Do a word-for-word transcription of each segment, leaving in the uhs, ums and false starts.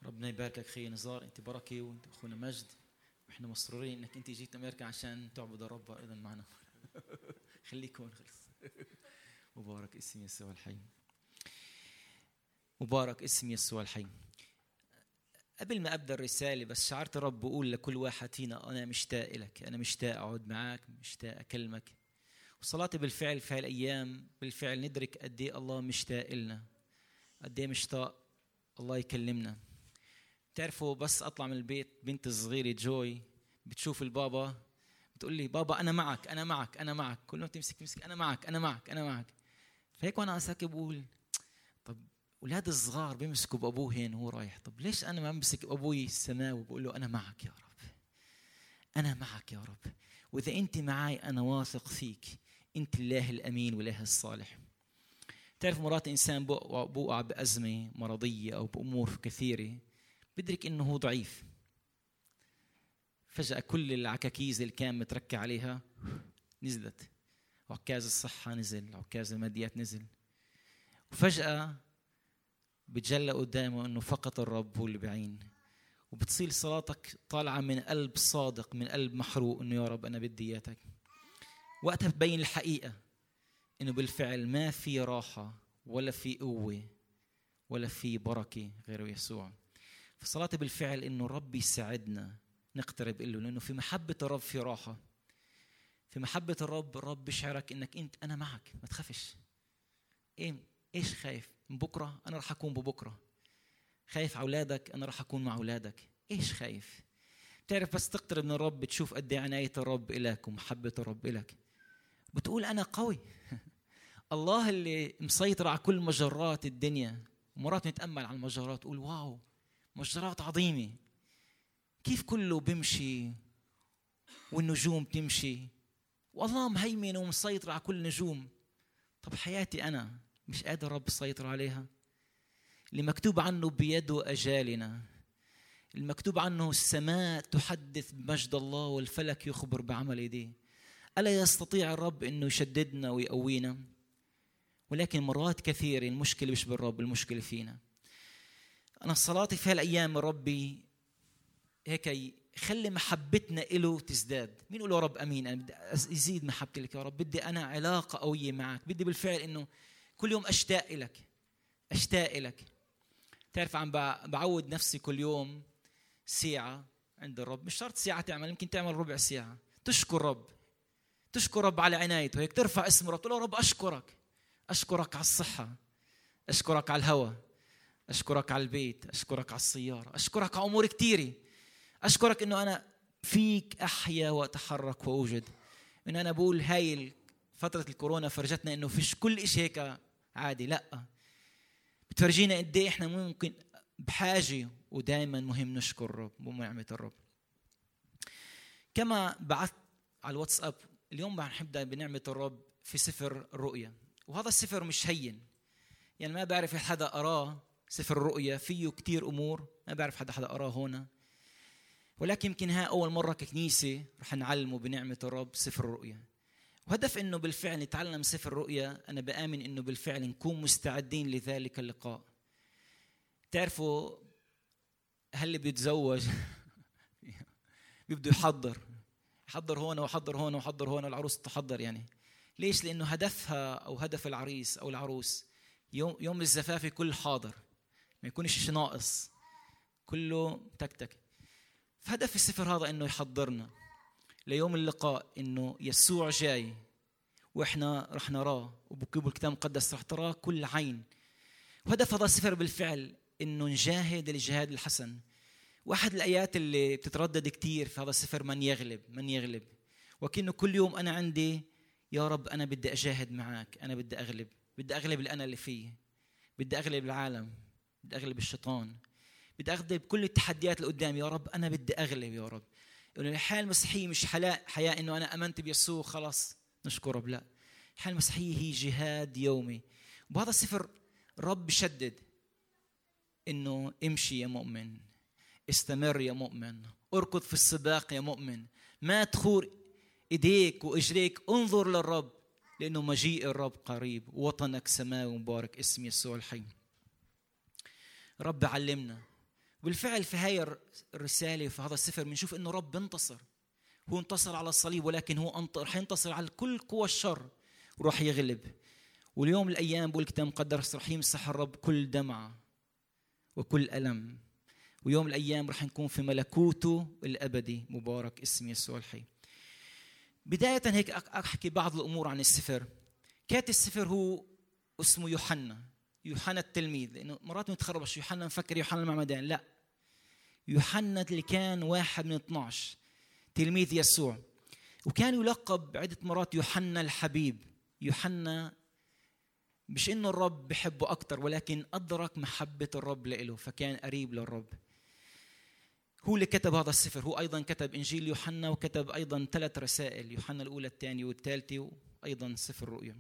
ربنا يباركك خي نزار، انت بركه وانت اخونا مجد، واحنا مسرورين انك انت جيت امريكا عشان تعبد الرب ايضا معنا. خليك هون خلص. مبارك اسم يسوع الحي، مبارك اسم يسوع الحي. قبل ما ابدا الرساله بس شعرت الرب بقول لكل واحد فينا انا مشتاق لك، انا مشتاق اقعد معك، مشتاق اكلمك. وصلاتي بالفعل في هالايام بالفعل ندرك قد ايه الله مشتاق لنا، قد ايه مشتاق الله يكلمنا. بتعرفوا بس اطلع من البيت بنت صغيره جوي بتشوف البابا بتقول لي بابا انا معك انا معك انا معك، كل ما تمسك تمسك انا معك انا معك انا معك. فهيك وانا ساكت بقول طب اولاد الصغار بيمسكوا بابوهن وهو رايح، طب ليش انا ما امسك ابوي السماوي وبقول له انا معك يا رب، انا معك يا رب، واذا انت معي انا واثق فيك، انت الله الامين والاله الصالح. تعرف مرات انسان بوقع بازمه مرضيه او بامور كثيره بدرك انه هو ضعيف، فجاه كل العكاكيز اللي كان متركع عليها نزلت، عكاز الصحه نزل، عكاز الماديات نزل، وفجاه بتجلى قدامه انه فقط الرب هو اللي بعين. وبتصير صلاتك طالعه من قلب صادق، من قلب محروق، انه يا رب انا بدي اياتك. وقتها بتبين الحقيقه انه بالفعل ما في راحه ولا في قوه ولا في بركه غير يسوع. فصلاتي بالفعل انه الرب يساعدنا نقترب له، لانه في محبه الرب في راحه، في محبه الرب الرب بيشعرك انك انت انا معك ما تخافش. ايه ايش خايف من بكره؟ انا راح اكون ببكره. خايف على اولادك؟ انا راح اكون مع اولادك. ايش خايف؟ بتعرف بس تقترب من الرب بتشوف قد ايه عنايه الرب لك ومحبه الرب لك، بتقول انا قوي. الله اللي مسيطر على كل مجرات الدنيا. ومرات نتامل على المجرات تقول واو مجرات عظيمه، كيف كله بيمشي والنجوم تمشي والله مهيمن ومسيطر على كل نجوم. طب حياتي انا مش قادر رب يسيطر عليها؟ اللي مكتوب عنه بيده اجالنا، المكتوب عنه السماء تحدث بمجد الله والفلك يخبر بعمل يديه. الا يستطيع الرب انه يشددنا ويقوينا؟ ولكن مرات كثيره المشكله مش بالرب، المشكله فينا. انا صلاتي في هالايام ربي هيك يخلي محبتنا له تزداد. مين يقول يا رب امين؟ انا بدي ازيد محبتي لك يا رب، بدي انا علاقه قويه معك، بدي بالفعل انه كل يوم اشتاق لك اشتاق لك. تعرف عم بعود نفسي كل يوم ساعه عند الرب، مش شرط ساعه تعمل، يمكن تعمل ربع ساعه تشكر رب، تشكر رب على عنايته، هيك ترفع اسم رب تقول له رب اشكرك، اشكرك على الصحه، اشكرك على الهواء، اشكرك على البيت، اشكرك على السياره، اشكرك على امور كثيره، اشكرك انه انا فيك احيا واتحرك واوجد. انه انا بقول هاي فتره الكورونا فرجتنا انه فيش كل شيء هيك عادي، لا بتفرجينا قد ايه احنا ممكن بحاجه، ودائما مهم نشكر الرب بنعمه الرب. كما بعثت على الواتساب اليوم بنبدا بنعمه الرب في سفر الرؤيا، وهذا السفر مش هين، يعني ما بعرف حدا قراه. سفر الرؤيا فيه كتير امور ما بعرف حدا حدا قراه هنا، ولكن يمكن ها اول مره ككنيسه رح نعلمه بنعمه الرب سفر الرؤيا. وهدف انه بالفعل نتعلم سفر الرؤيا، انا بآمن انه بالفعل نكون مستعدين لذلك اللقاء. تعرفوا هل بيتزوج بيبدو يحضر يحضر هون وحضر هون وحضر هون، العروس تحضر يعني ليش؟ لانه هدفها او هدف العريس او العروس يوم يوم الزفاف يكون حاضر، ما يكونش شيء ناقص، كله تكتك. فهدف السفر هذا انه يحضرنا ليوم اللقاء، انه يسوع جاي واحنا رح نراه، وبكتب الكتاب المقدس رح تراه كل عين. وهدف هذا السفر بالفعل انه نجاهد الجهاد الحسن. واحد الايات اللي بتتردد كتير في هذا السفر من يغلب من يغلب، وكأنه كل يوم انا عندي يا رب انا بدي اجاهد معك، انا بدي اغلب، بدي اغلب اللي انا اللي فيه، بدي اغلب العالم، بدي اغلب الشيطان، بدي اغلب كل التحديات اللي قدامي. يا رب انا بدي اغلب يا رب. لأن الحياة المسيحية مش حياة إنه أنا أمنت بيسوع خلاص نشكر رب، لا، الحياة المسيحية هي جهاد يومي. وبهذا السفر الرب بشدد إنه امشي يا مؤمن، استمر يا مؤمن، اركض في السباق يا مؤمن، ما تخور إيديك وإجريك، انظر للرب لأنه مجيء الرب قريب، وطنك سماوي مبارك اسم يسوع الحي. رب علمنا، وبالفعل في هاي الرسالة وفي هذا السفر بنشوف إنه رب انتصر. هو انتصر على الصليب، ولكن هو رح ينتصر على كل قوى الشر وراح يغلب. واليوم الأيام بقول الكتاب المقدس رح يمسح الرب كل دمعة وكل ألم، ويوم الأيام رح نكون في ملكوته الأبدي. مبارك اسم يسوع الحي. بداية هيك أحكي بعض الأمور عن السفر. كاتب السفر هو اسمه يوحنا، يوحنا التلميذ، لأنه مرات نتخربش يوحنا نفكر يوحنا المعمدان، لا، يوحنا اللي كان واحد من اثناعش تلميذ يسوع، وكان يلقب عدة مرات يوحنا الحبيب. يوحنا مش إنه الرب بحبه أكتر، ولكن أدرك محبة الرب له فكان قريب للرب. هو اللي كتب هذا السفر. هو أيضا كتب إنجيل يوحنا، وكتب أيضا ثلاث رسائل، يوحنا الأولى الثانية والثالثة، وأيضا سفر الرؤيا.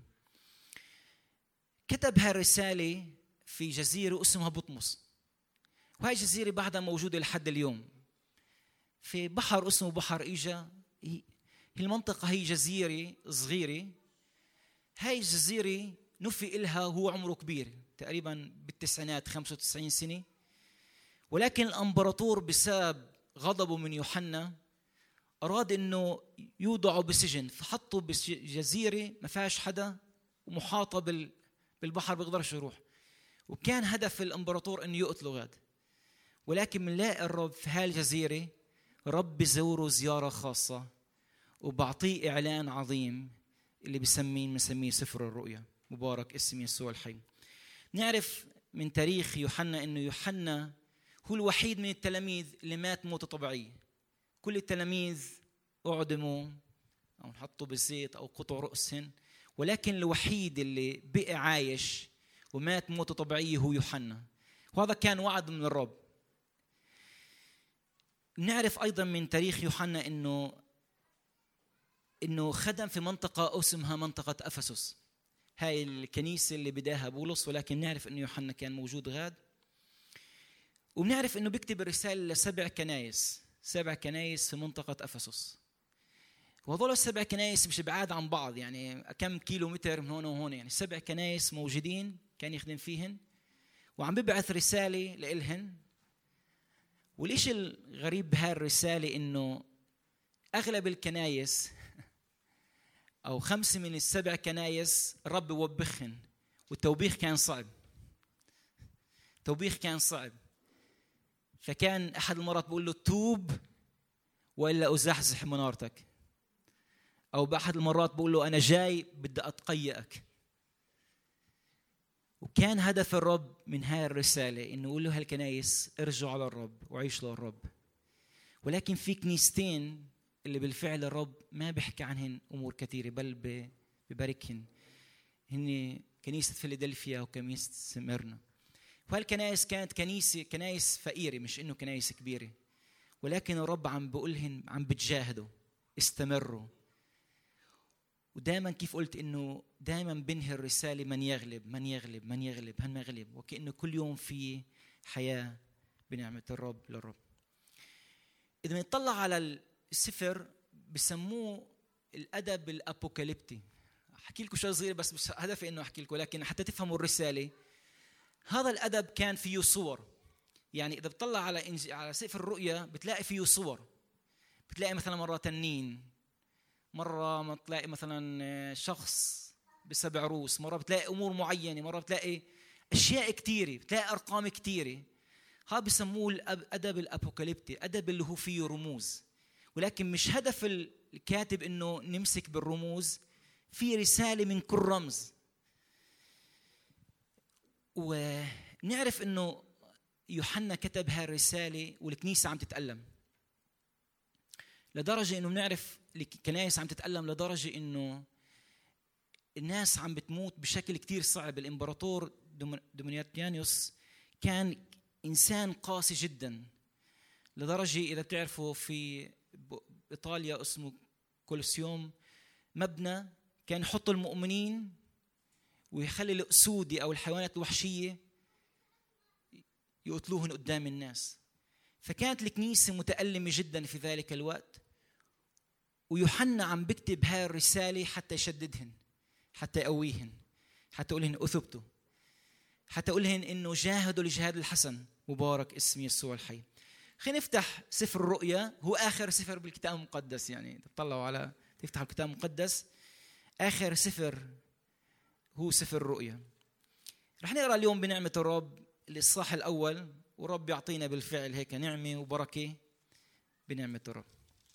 كتب هالرسالة في جزيرة اسمها بطمس، وهي الجزيرة بعدها موجودة لحد اليوم في بحر اسمه بحر إيجا. هي المنطقة هي جزيرة صغيرة. هاي الجزيرة نفي إلها هو عمره كبير تقريبا بالتسعينات خمسة وتسعين سنة، ولكن الأمبراطور بسبب غضبه من يوحنا أراد أنه يوضعه بسجن، فحطه بجزيرة ما فيهاش حدا ومحاطة بالبحر بيقدرش يروح. وكان هدف الأمبراطور أنه يقتله غاد، ولكن منلاقي الرب في هالجزيرة رب بزوره زيارة خاصة وبعطيه إعلان عظيم اللي بسميه بنسميه سفر الرؤيا. مبارك اسم يسوع الحي. نعرف من تاريخ يوحنا إنه يوحنا هو الوحيد من التلاميذ اللي مات موتة طبيعية. كل التلاميذ أعدموا أو حطوا بالزيت أو قطعوا رؤسهن، ولكن الوحيد اللي بقى عايش ومات موتة طبيعية هو يوحنا، وهذا كان وعد من الرب. نعرف أيضا من تاريخ يوحنا إنه إنه خدم في منطقة اسمها منطقة أفسس، هاي الكنيسة اللي بداها بولس، ولكن نعرف إنه يوحنا كان موجود غاد. وبنعرف إنه بيكتب الرسالة لسبع كنايس، سبع كنايس في منطقة أفسس، وهذول السبع كنايس مش بعاد عن بعض، يعني كم كيلو متر من هون وهون، يعني سبع كنايس موجودين كان يخدم فيهن وعم بيبعث رسالة لإلهن. والإشي الغريب بهاي الرسالة إنه أغلب الكنايس أو خمسة من السبع كنايس الرب وبخن، والتوبيخ كان صعب، توبيخ كان صعب. فكان أحد المرات بقول له توب وإلا أزحزح منارتك، أو بأحد المرات بقول له أنا جاي بدي أتقيأك. وكان هدف الرب من هاي الرسالة إنه يقول له هالكنايس ارجعوا على الرب وعيش للرب. ولكن في كنيستين اللي بالفعل الرب ما بيحكي عنهن أمور كثيرة بل بباركهن، هن كنيسة فيلادلفيا وكنيسة سميرنا. وهالكنائس كانت كنيسة كنائس فقيرة، مش إنه كنائس كبيرة، ولكن الرب عم بقولهن عم بتجاهدوا استمروا. ودائما كيف قلت إنه دائما بنهي الرسالة من يغلب من يغلب من يغلب من يغلب، وكأنه كل يوم في حياة بنعمة الرب للرب. إذا نطلع على السفر بسموه الأدب الأبوكاليبتي. أحكي لكم شيء صغير بس مش هدفي إنه أحكي لكم، لكن حتى تفهموا الرسالة. هذا الأدب كان فيه صور، يعني إذا بتطلع على إنج... على سفر الرؤيا بتلاقي فيه صور، بتلاقي مثلا مرة تنين، مرة ما تلاقي مثلا شخص بسبع رؤوس، مرة بتلاقي أمور معينة، مرة بتلاقي أشياء كتيرة، بتلاقي أرقام كتيرة. هذا بسموه الأدب الأبوكاليبتي، أدب اللي هو فيه رموز، ولكن مش هدف الكاتب إنه نمسك بالرموز، في رسالة من كل رمز. ونعرف إنه يوحنا كتب هاي الرسالة والكنيسة عم تتألم، لدرجة إنه بنعرف الكنائس عم تتألم لدرجة إنه الناس عم بتموت بشكل كتير صعب. الإمبراطور دومينيانوس كان إنسان قاسي جدا، لدرجة إذا بتعرفوا في إيطاليا اسمه كولوسيوم مبنى كان يحط المؤمنين ويخلي الأسود أو الحيوانات الوحشية يقتلوهن قدام الناس. فكانت الكنيسة متألمة جدا في ذلك الوقت، ويوحنا عم بكتب هاي الرسالة حتى يشددهن، حتى يقويهن، حتى يقولهن أثبتوا. حتى أقولهن إنه جاهدوا لجهاد الحسن، مبارك اسم يسوع الحي. خلينا نفتح سفر الرؤيا، هو آخر سفر بالكتاب المقدس. يعني تطلعوا على تفتحوا الكتاب المقدس، آخر سفر هو سفر الرؤيا. رح نقرأ اليوم بنعمة الرب الإصحاح الأول، ورب يعطينا بالفعل هيك نعمة وبركة بنعمة الرب.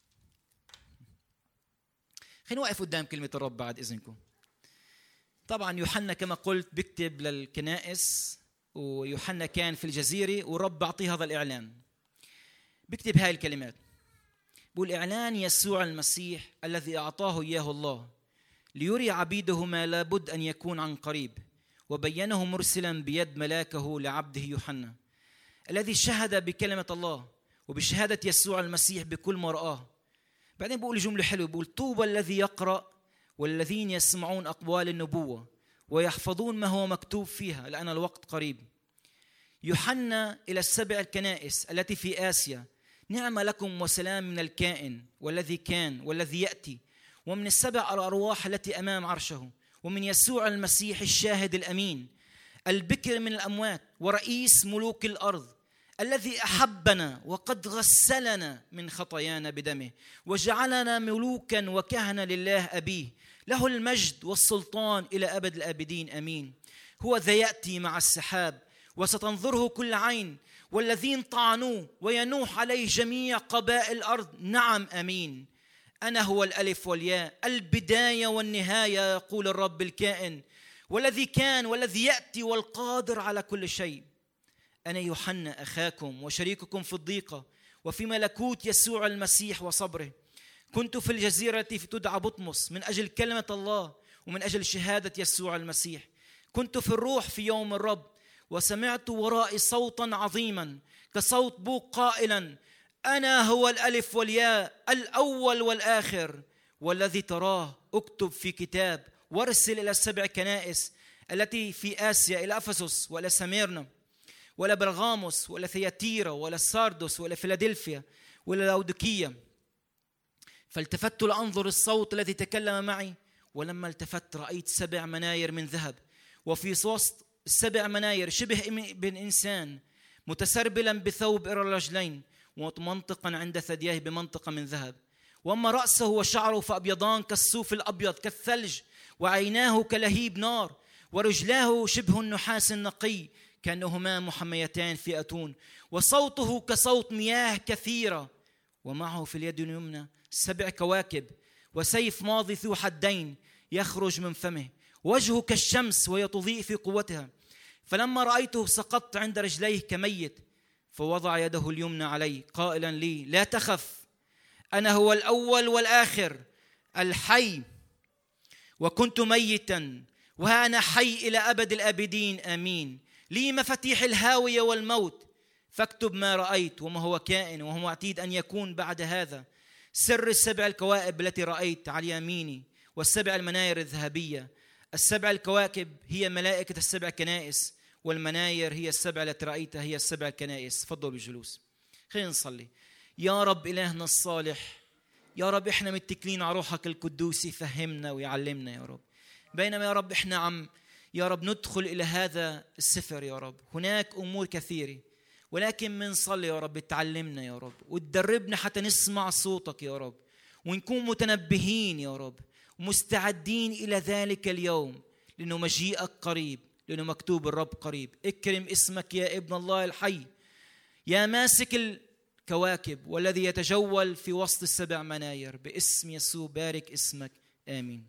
خلينا نوقف قدام كلمة الرب بعد إذنكم. طبعا يوحنا كما قلت بيكتب للكنائس، ويوحنا كان في الجزيرة ورب بعطيه هذا الإعلان. بيكتب هاي الكلمات، بقول: إعلان يسوع المسيح الذي أعطاه إياه الله ليري عبيده ما لابد أن يكون عن قريب، وبينه مرسلا بيد ملاكه لعبده يوحنا الذي شهد بكلمة الله وبشهادة يسوع المسيح بكل ما رآه. بعدين بقول جملة حلوة، بقول: طوبى الذي يقرأ والذين يسمعون أقوال النبوة ويحفظون ما هو مكتوب فيها، لأن الوقت قريب. يوحنا إلى السبع الكنائس التي في آسيا: نعم لكم وسلام من الكائن والذي كان والذي يأتي، ومن السبع الأرواح التي أمام عرشه، ومن يسوع المسيح الشاهد الأمين البكر من الأموات ورئيس ملوك الأرض، الذي أحبنا وقد غسلنا من خطايانا بدمه وجعلنا ملوكا وكهنة لله أبيه، له المجد والسلطان إلى أبد الآبدين آمين. هو ذا يأتي مع السحاب وستنظره كل عين، والذين طعنوه وينوح عليه جميع قبائل الأرض. نعم آمين. أنا هو الألف والياء، البداية والنهاية، يقول الرب الكائن والذي كان والذي يأتي والقادر على كل شيء. أنا يوحنا أخاكم وشريككم في الضيقة وفي ملكوت يسوع المسيح وصبره. كنت في الجزيرة التي تدعى بطمس من أجل كلمة الله ومن أجل شهادة يسوع المسيح. كنت في الروح في يوم الرب، وسمعت ورائي صوتا عظيما كصوت بوق قائلا: أنا هو الألف والياء، الأول والآخر، والذي تراه اكتب في كتاب وارسل إلى السبع كنائس التي في آسيا، إلى أفسس وإلى سميرنا ولا برغاموس ولا ثياتيرا ولا ساردوس ولا فيلادلفيا ولا لاوديكية. فالتفت لأنظر الصوت الذي تكلم معي، ولما التفت رأيت سبع مناير من ذهب، وفي وسط السبع مناير شبه ابن إنسان متسربلا بثوب إلى الرجلين، ومنطقا عند ثدييه بمنطقة من ذهب. وأما رأسه وشعره فأبيضان كالصوف الأبيض كالثلج، وعيناه كلهيب نار، ورجلاه شبه النحاس النقي كأنهما محميتان في أتون، وصوته كصوت مياه كثيرة. ومعه في اليد اليمنى سبع كواكب، وسيف ماضي ذو حدين يخرج من فمه، وجهه كالشمس وهي تضيء في قوتها. فلما رأيته سقطت عند رجليه كميت، فوضع يده اليمنى علي قائلا لي: لا تخف، أنا هو الأول والآخر، الحي، وكنت ميتا وها أنا حي إلى أبد الآبدين آمين. لي مفاتيح الهاوية والموت، فاكتب ما رأيت وما هو كائن وهو عتيد أن يكون بعد هذا. سر السبع الكواكب التي رأيت على يميني والسبع المناير الذهبية. السبع الكواكب هي ملائكة السبع كنائس، والمناير هي السبع التي رأيتها هي السبع الكنائس. تفضلوا بالجلوس. خلينا نصلي. يا رب إلهنا الصالح، يا رب إحنا متكلين على روحك القدوس يفهمنا ويعلمنا يا رب. بينما يا رب إحنا عم يا رب ندخل إلى هذا السفر يا رب، هناك أمور كثيرة، ولكن منصلي يا رب تعلمنا يا رب وتدربنا حتى نسمع صوتك يا رب، ونكون متنبهين يا رب ومستعدين إلى ذلك اليوم، لأنه مجيئك قريب، لأنه مكتوب الرب قريب. اكرم اسمك يا ابن الله الحي، يا ماسك الكواكب والذي يتجول في وسط السبع مناير، باسم يسوع بارك اسمك آمين.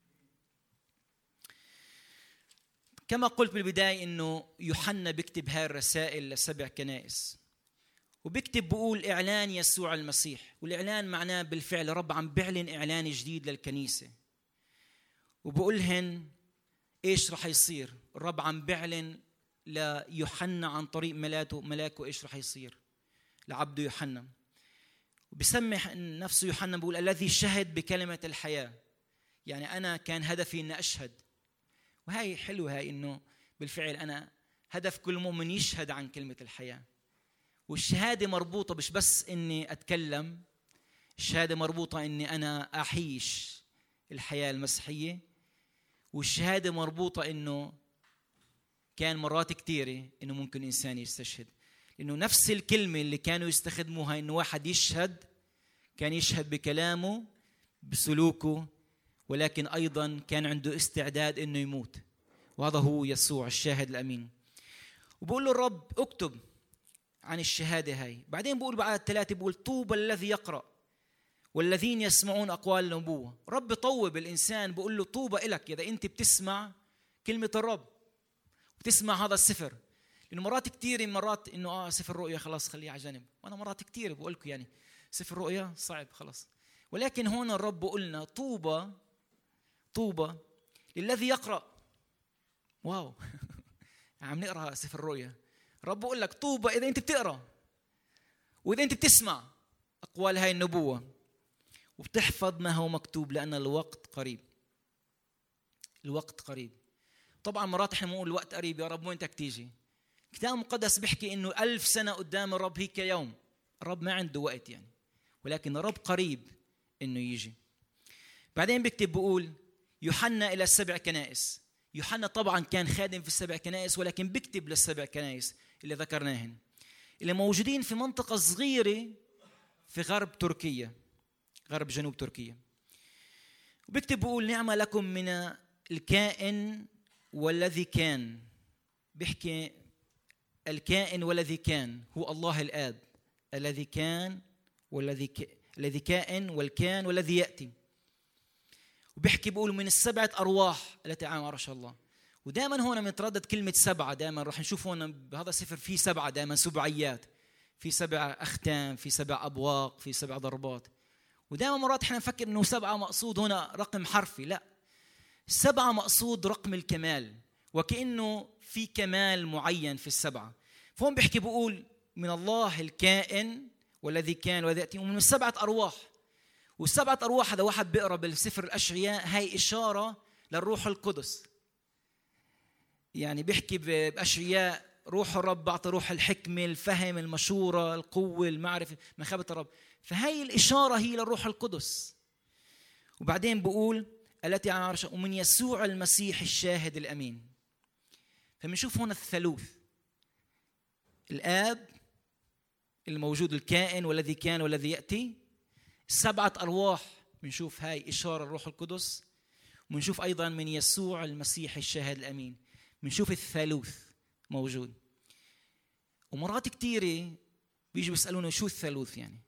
كما قلت بالبداية إنه يوحنا بيكتب هاي الرسائل لسبع كنائس، وبيكتب بقول إعلان يسوع المسيح، والإعلان معناه بالفعل رب عم بيعلن إعلان جديد للكنيسة، وبقولهن إيش رح يصير. الرب عم بيعلن ليوحنا عن طريق ملاكه ملاكه إيش رح يصير لعبده يوحنا، وبسمح نفسه يوحنا بقول الذي شهد بكلمة الحياة. يعني أنا كان هدفي إن أشهد، وهي حلوة هاي إنه بالفعل أنا هدف كل مؤمن يشهد عن كلمة الحياة، والشهادة مربوطة مش بس إني أتكلم، الشهادة مربوطة إني أنا أعيش الحياة المسيحية، والشهادة مربوطة إنه كان مرات كثيرة إنه ممكن إنسان يستشهد، لأنه نفس الكلمة اللي كانوا يستخدموها إنه واحد يشهد، كان يشهد بكلامه بسلوكه، ولكن أيضا كان عنده استعداد إنه يموت. وهذا هو يسوع الشاهد الأمين. وبقول له الرب اكتب عن الشهادة هاي. بعدين بقول بعد ثلاثة، بقول طوبى الذي يقرأ والذين يسمعون أقوال النبوة. رب طوب الإنسان، بقول له طوبى إلك إذا أنت بتسمع كلمة الرب بتسمع هذا السفر. لأنه مرات كتير مرات إنه آه سفر الرؤيا خلاص خليه على جنب، وأنا مرات كتير بقول لكم يعني سفر الرؤيا صعب خلاص، ولكن هون الرب قلنا طوبى طوبى للذي يقرأ. واو عم نقرأ سفر الرؤيا، رب بقول لك طوبى إذا أنت بتقرأ وإذا أنت بتسمع أقوال هاي النبوة وبتحفظ ما هو مكتوب، لأن الوقت قريب. الوقت قريب. طبعا مرات احنا بنقول الوقت قريب، يا رب وين بدك تيجي؟ الكتاب المقدس بيحكي إنه ألف سنة قدام الرب هي كيوم. الرب ما عنده وقت يعني، ولكن الرب قريب إنه يجي. بعدين بكتب بقول يوحنا إلى السبع كنائس. يوحنا طبعا كان خادم في السبع كنائس، ولكن بكتب للسبع كنائس اللي ذكرناهن، اللي موجودين في منطقة صغيرة في غرب تركيا، غرب جنوب تركيا. وبكتب بقول نعمة لكم من الكائن والذي كان. بيحكي الكائن والذي كان هو الله الآب، الذي كان والذي ك... الذي كائن والكان والذي يأتي. وبيحكي بقول من السبعة أرواح التي على عرش الله. ودائما هون بنتردد كلمة سبعة، دائما راح نشوف هون بهذا السفر في سبعة، دائما سبعيات، في سبع أختام، في سبع أبواق، في سبع ضربات. ودائما مرات احنا نفكر انه سبعة مقصود هنا رقم حرفي، لا، سبعة مقصود رقم الكمال، وكأنه في كمال معين في السبعة. فهم بيحكي بقول من الله الكائن والذي كان والذي يأتي، ومن السبعة أرواح. والسبعة أرواح هذا واحد بيقرأ بالسفر الأشعياء، هاي إشارة للروح القدس. يعني بيحكي بأشعياء روح الرب بعطي روح الحكمة، الفهم، المشورة، القوة، المعرفة، مخافة الرب. فهي الإشارة هي للروح القدس. وبعدين بقول التي على عرشه، ومن يسوع المسيح الشاهد الأمين. فبنشوف هنا الثالوث، الآب الموجود الكائن والذي كان والذي يأتي، سبعة أرواح بنشوف هاي إشارة الروح القدس، وبنشوف أيضا من يسوع المسيح الشاهد الأمين، بنشوف الثالوث موجود. ومرات كتيرة بيجوا بيسألونا شو الثالوث يعني.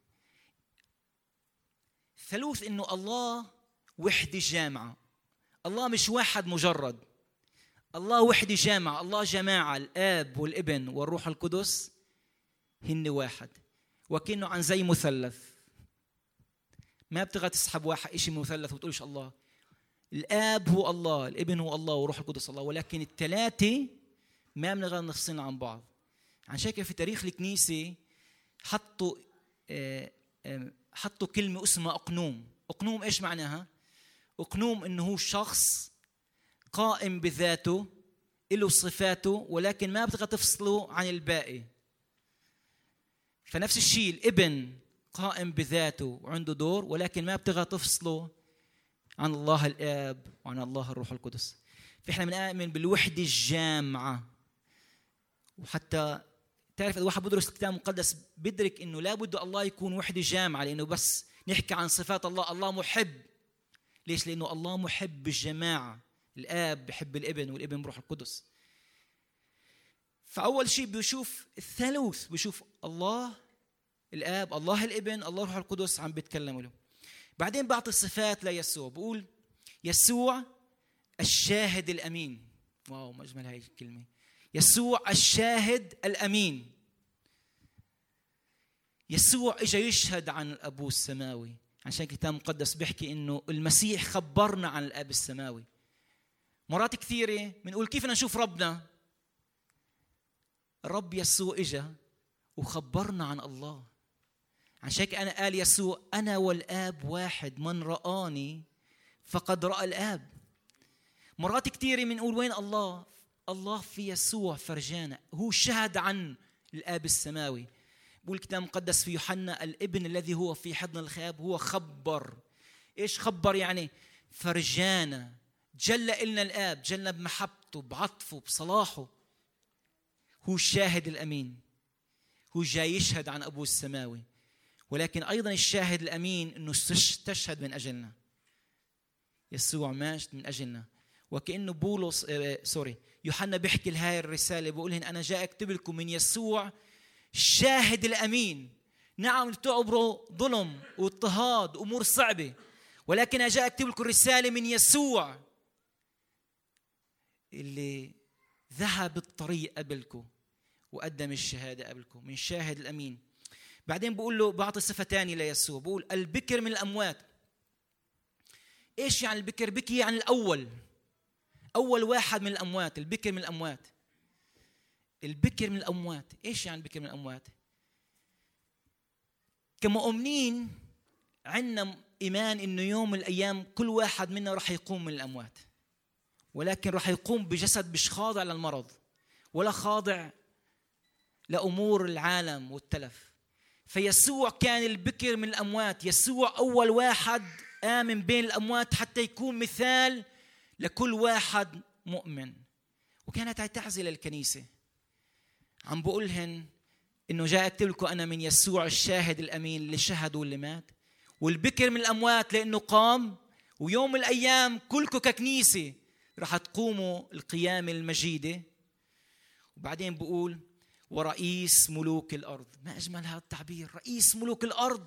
الثالوث إنه الله وحدة جامعة، الله مش واحد مجرد، الله وحدة جامعة، الله جماعة، الآب والابن والروح القدس هن واحد، وكأنه عن زي مثلث. ما بتغى تسحب واحد إشي مثلث وتقولش الله. الآب هو الله، الابن هو الله، وروح القدس الله، ولكن الثلاثة ما بنقدر نفصل عن بعض. عن شكل في تاريخ الكنيسة حطوا حطوا كلمة اسمها أقنوم. أقنوم إيش معناها؟ أقنوم إنه هو شخص قائم بذاته، له صفاته، ولكن ما بتقدر تفصله عن الباقي. فنفس الشيء الابن قائم بذاته وعنده دور، ولكن ما بتقدر تفصله عن الله الآب وعن الله الروح القدس. فإحنا بنآمن بالوحدة الجامعة. وحتى تعرف إذا واحد بدرس الكتاب المقدس بدرك إنه لا بد الله يكون وحدة جامعة، لأنه بس نحكي عن صفات الله. الله محب. ليش؟ لأنه الله محب الجماعة، الآب بحب الابن والابن بروح القدس. فأول شيء بيشوف الثالوث، بيشوف الله الآب، الله الابن، الله الروح القدس عم بيتكلموا له. بعدين بعطي الصفات ليسوع، بقول يسوع الشاهد الأمين. واو ما أجمل هاي الكلمة، يسوع الشاهد الأمين. يسوع إجا يشهد عن الأبو السماوي. عشان الكتاب المقدس بيحكي إنه المسيح خبرنا عن الأب السماوي. مرات كثيرة بنقول كيف نشوف ربنا؟ الرب يسوع إجا وخبرنا عن الله. عشان أنا قال يسوع أنا والآب واحد، من رآني فقد رأى الآب. مرات كثيرة بنقول وين الله؟ الله في يسوع فرجانا، هو شهد عن الآب السماوي. بقول الكتاب المقدس في يوحنا الابن الذي هو في حضن الخاب هو خبر. إيش خبر يعني؟ فرجانا، جل إلنا الآب، جلنا بمحبته، بعطفه، بصلاحه، هو الشاهد الأمين، هو جاي يشهد عن أبوه السماوي، ولكن أيضا الشاهد الأمين أنه استشهد من أجلنا. يسوع مات من أجلنا. وكأنه بولس آه سوري يوحنا بيحكي لهاي الرسالة بيقولهن أنا جاي أكتب لكم من يسوع الشاهد الأمين. نعم بتعبروا ظلم واضطهاد أمور صعبة، ولكن أنا جاي أكتب لكم رسالة من يسوع اللي ذهب الطريق قبلكم وقدم الشهادة قبلكم، من شاهد الأمين. بعدين بقول له بعطي صفة تانية ليسوع، بقول البكر من الأموات. إيش يعني البكر؟ بكي يعني الأول، أول واحد من الأموات. البكر من الأموات، البكر من الأموات. إيش يعني البكر من الأموات؟ كمؤمنين عندنا إيمان إنه يوم من الأيام كل واحد منا رح يقوم من الأموات، ولكن رح يقوم بجسد مش خاضع للمرض ولا خاضع لأمور العالم والتلف. فيسوع كان البكر من الأموات. يسوع أول واحد آمن بين الأموات حتى يكون مثال لكل واحد مؤمن. وكانت هاي تعزية للكنيسة، عم بقولهن إنه جاء أكتب لكم أنا من يسوع الشاهد الأمين اللي شهد واللي مات، والبكر من الأموات لأنه قام، ويوم من الأيام كلكم ككنيسة رح تقوموا القيامة المجيدة. وبعدين بقول ورئيس ملوك الأرض. ما أجمل هذا التعبير، رئيس ملوك الأرض.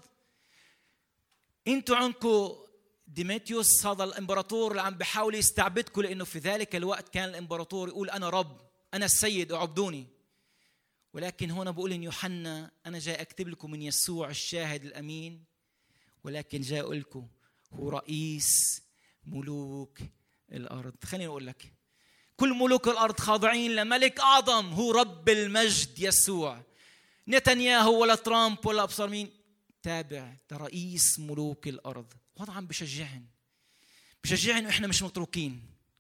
أنتوا عندكم ديمتريوس هذا الإمبراطور اللي عم بحاول يستعبدكم، لأنه في ذلك الوقت كان الإمبراطور يقول أنا رب، أنا السيد، اعبدوني. ولكن هنا بقول إن يوحنا أنا جاي أكتب لكم من يسوع الشاهد الأمين، ولكن جاي أقول لكم هو رئيس ملوك الأرض. خليني أقول لك كل ملوك الأرض خاضعين لملك أعظم هو رب المجد يسوع. نتنياهو ولا ترامب ولا أبصر مين، تابع ده رئيس ملوك الأرض. وهذا عم بشجعن بشجعن إحنا مش متروكين،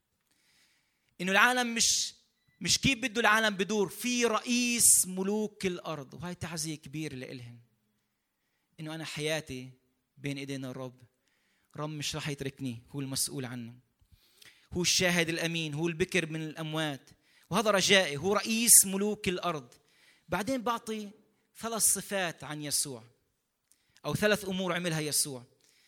إنه العالم مش مش كيف بده العالم بدور، في رئيس ملوك الأرض. وهي تعزية كبيرة لإلهن إنه أنا حياتي بين إيدينا الرب. رب مش راح يتركني، هو المسؤول عني، هو الشاهد الأمين، هو البكر من الأموات، وهذا رجائي، هو رئيس ملوك الأرض. بعدين بعطي ثلاث صفات عن يسوع، أو ثلاث أمور عملها يسوع.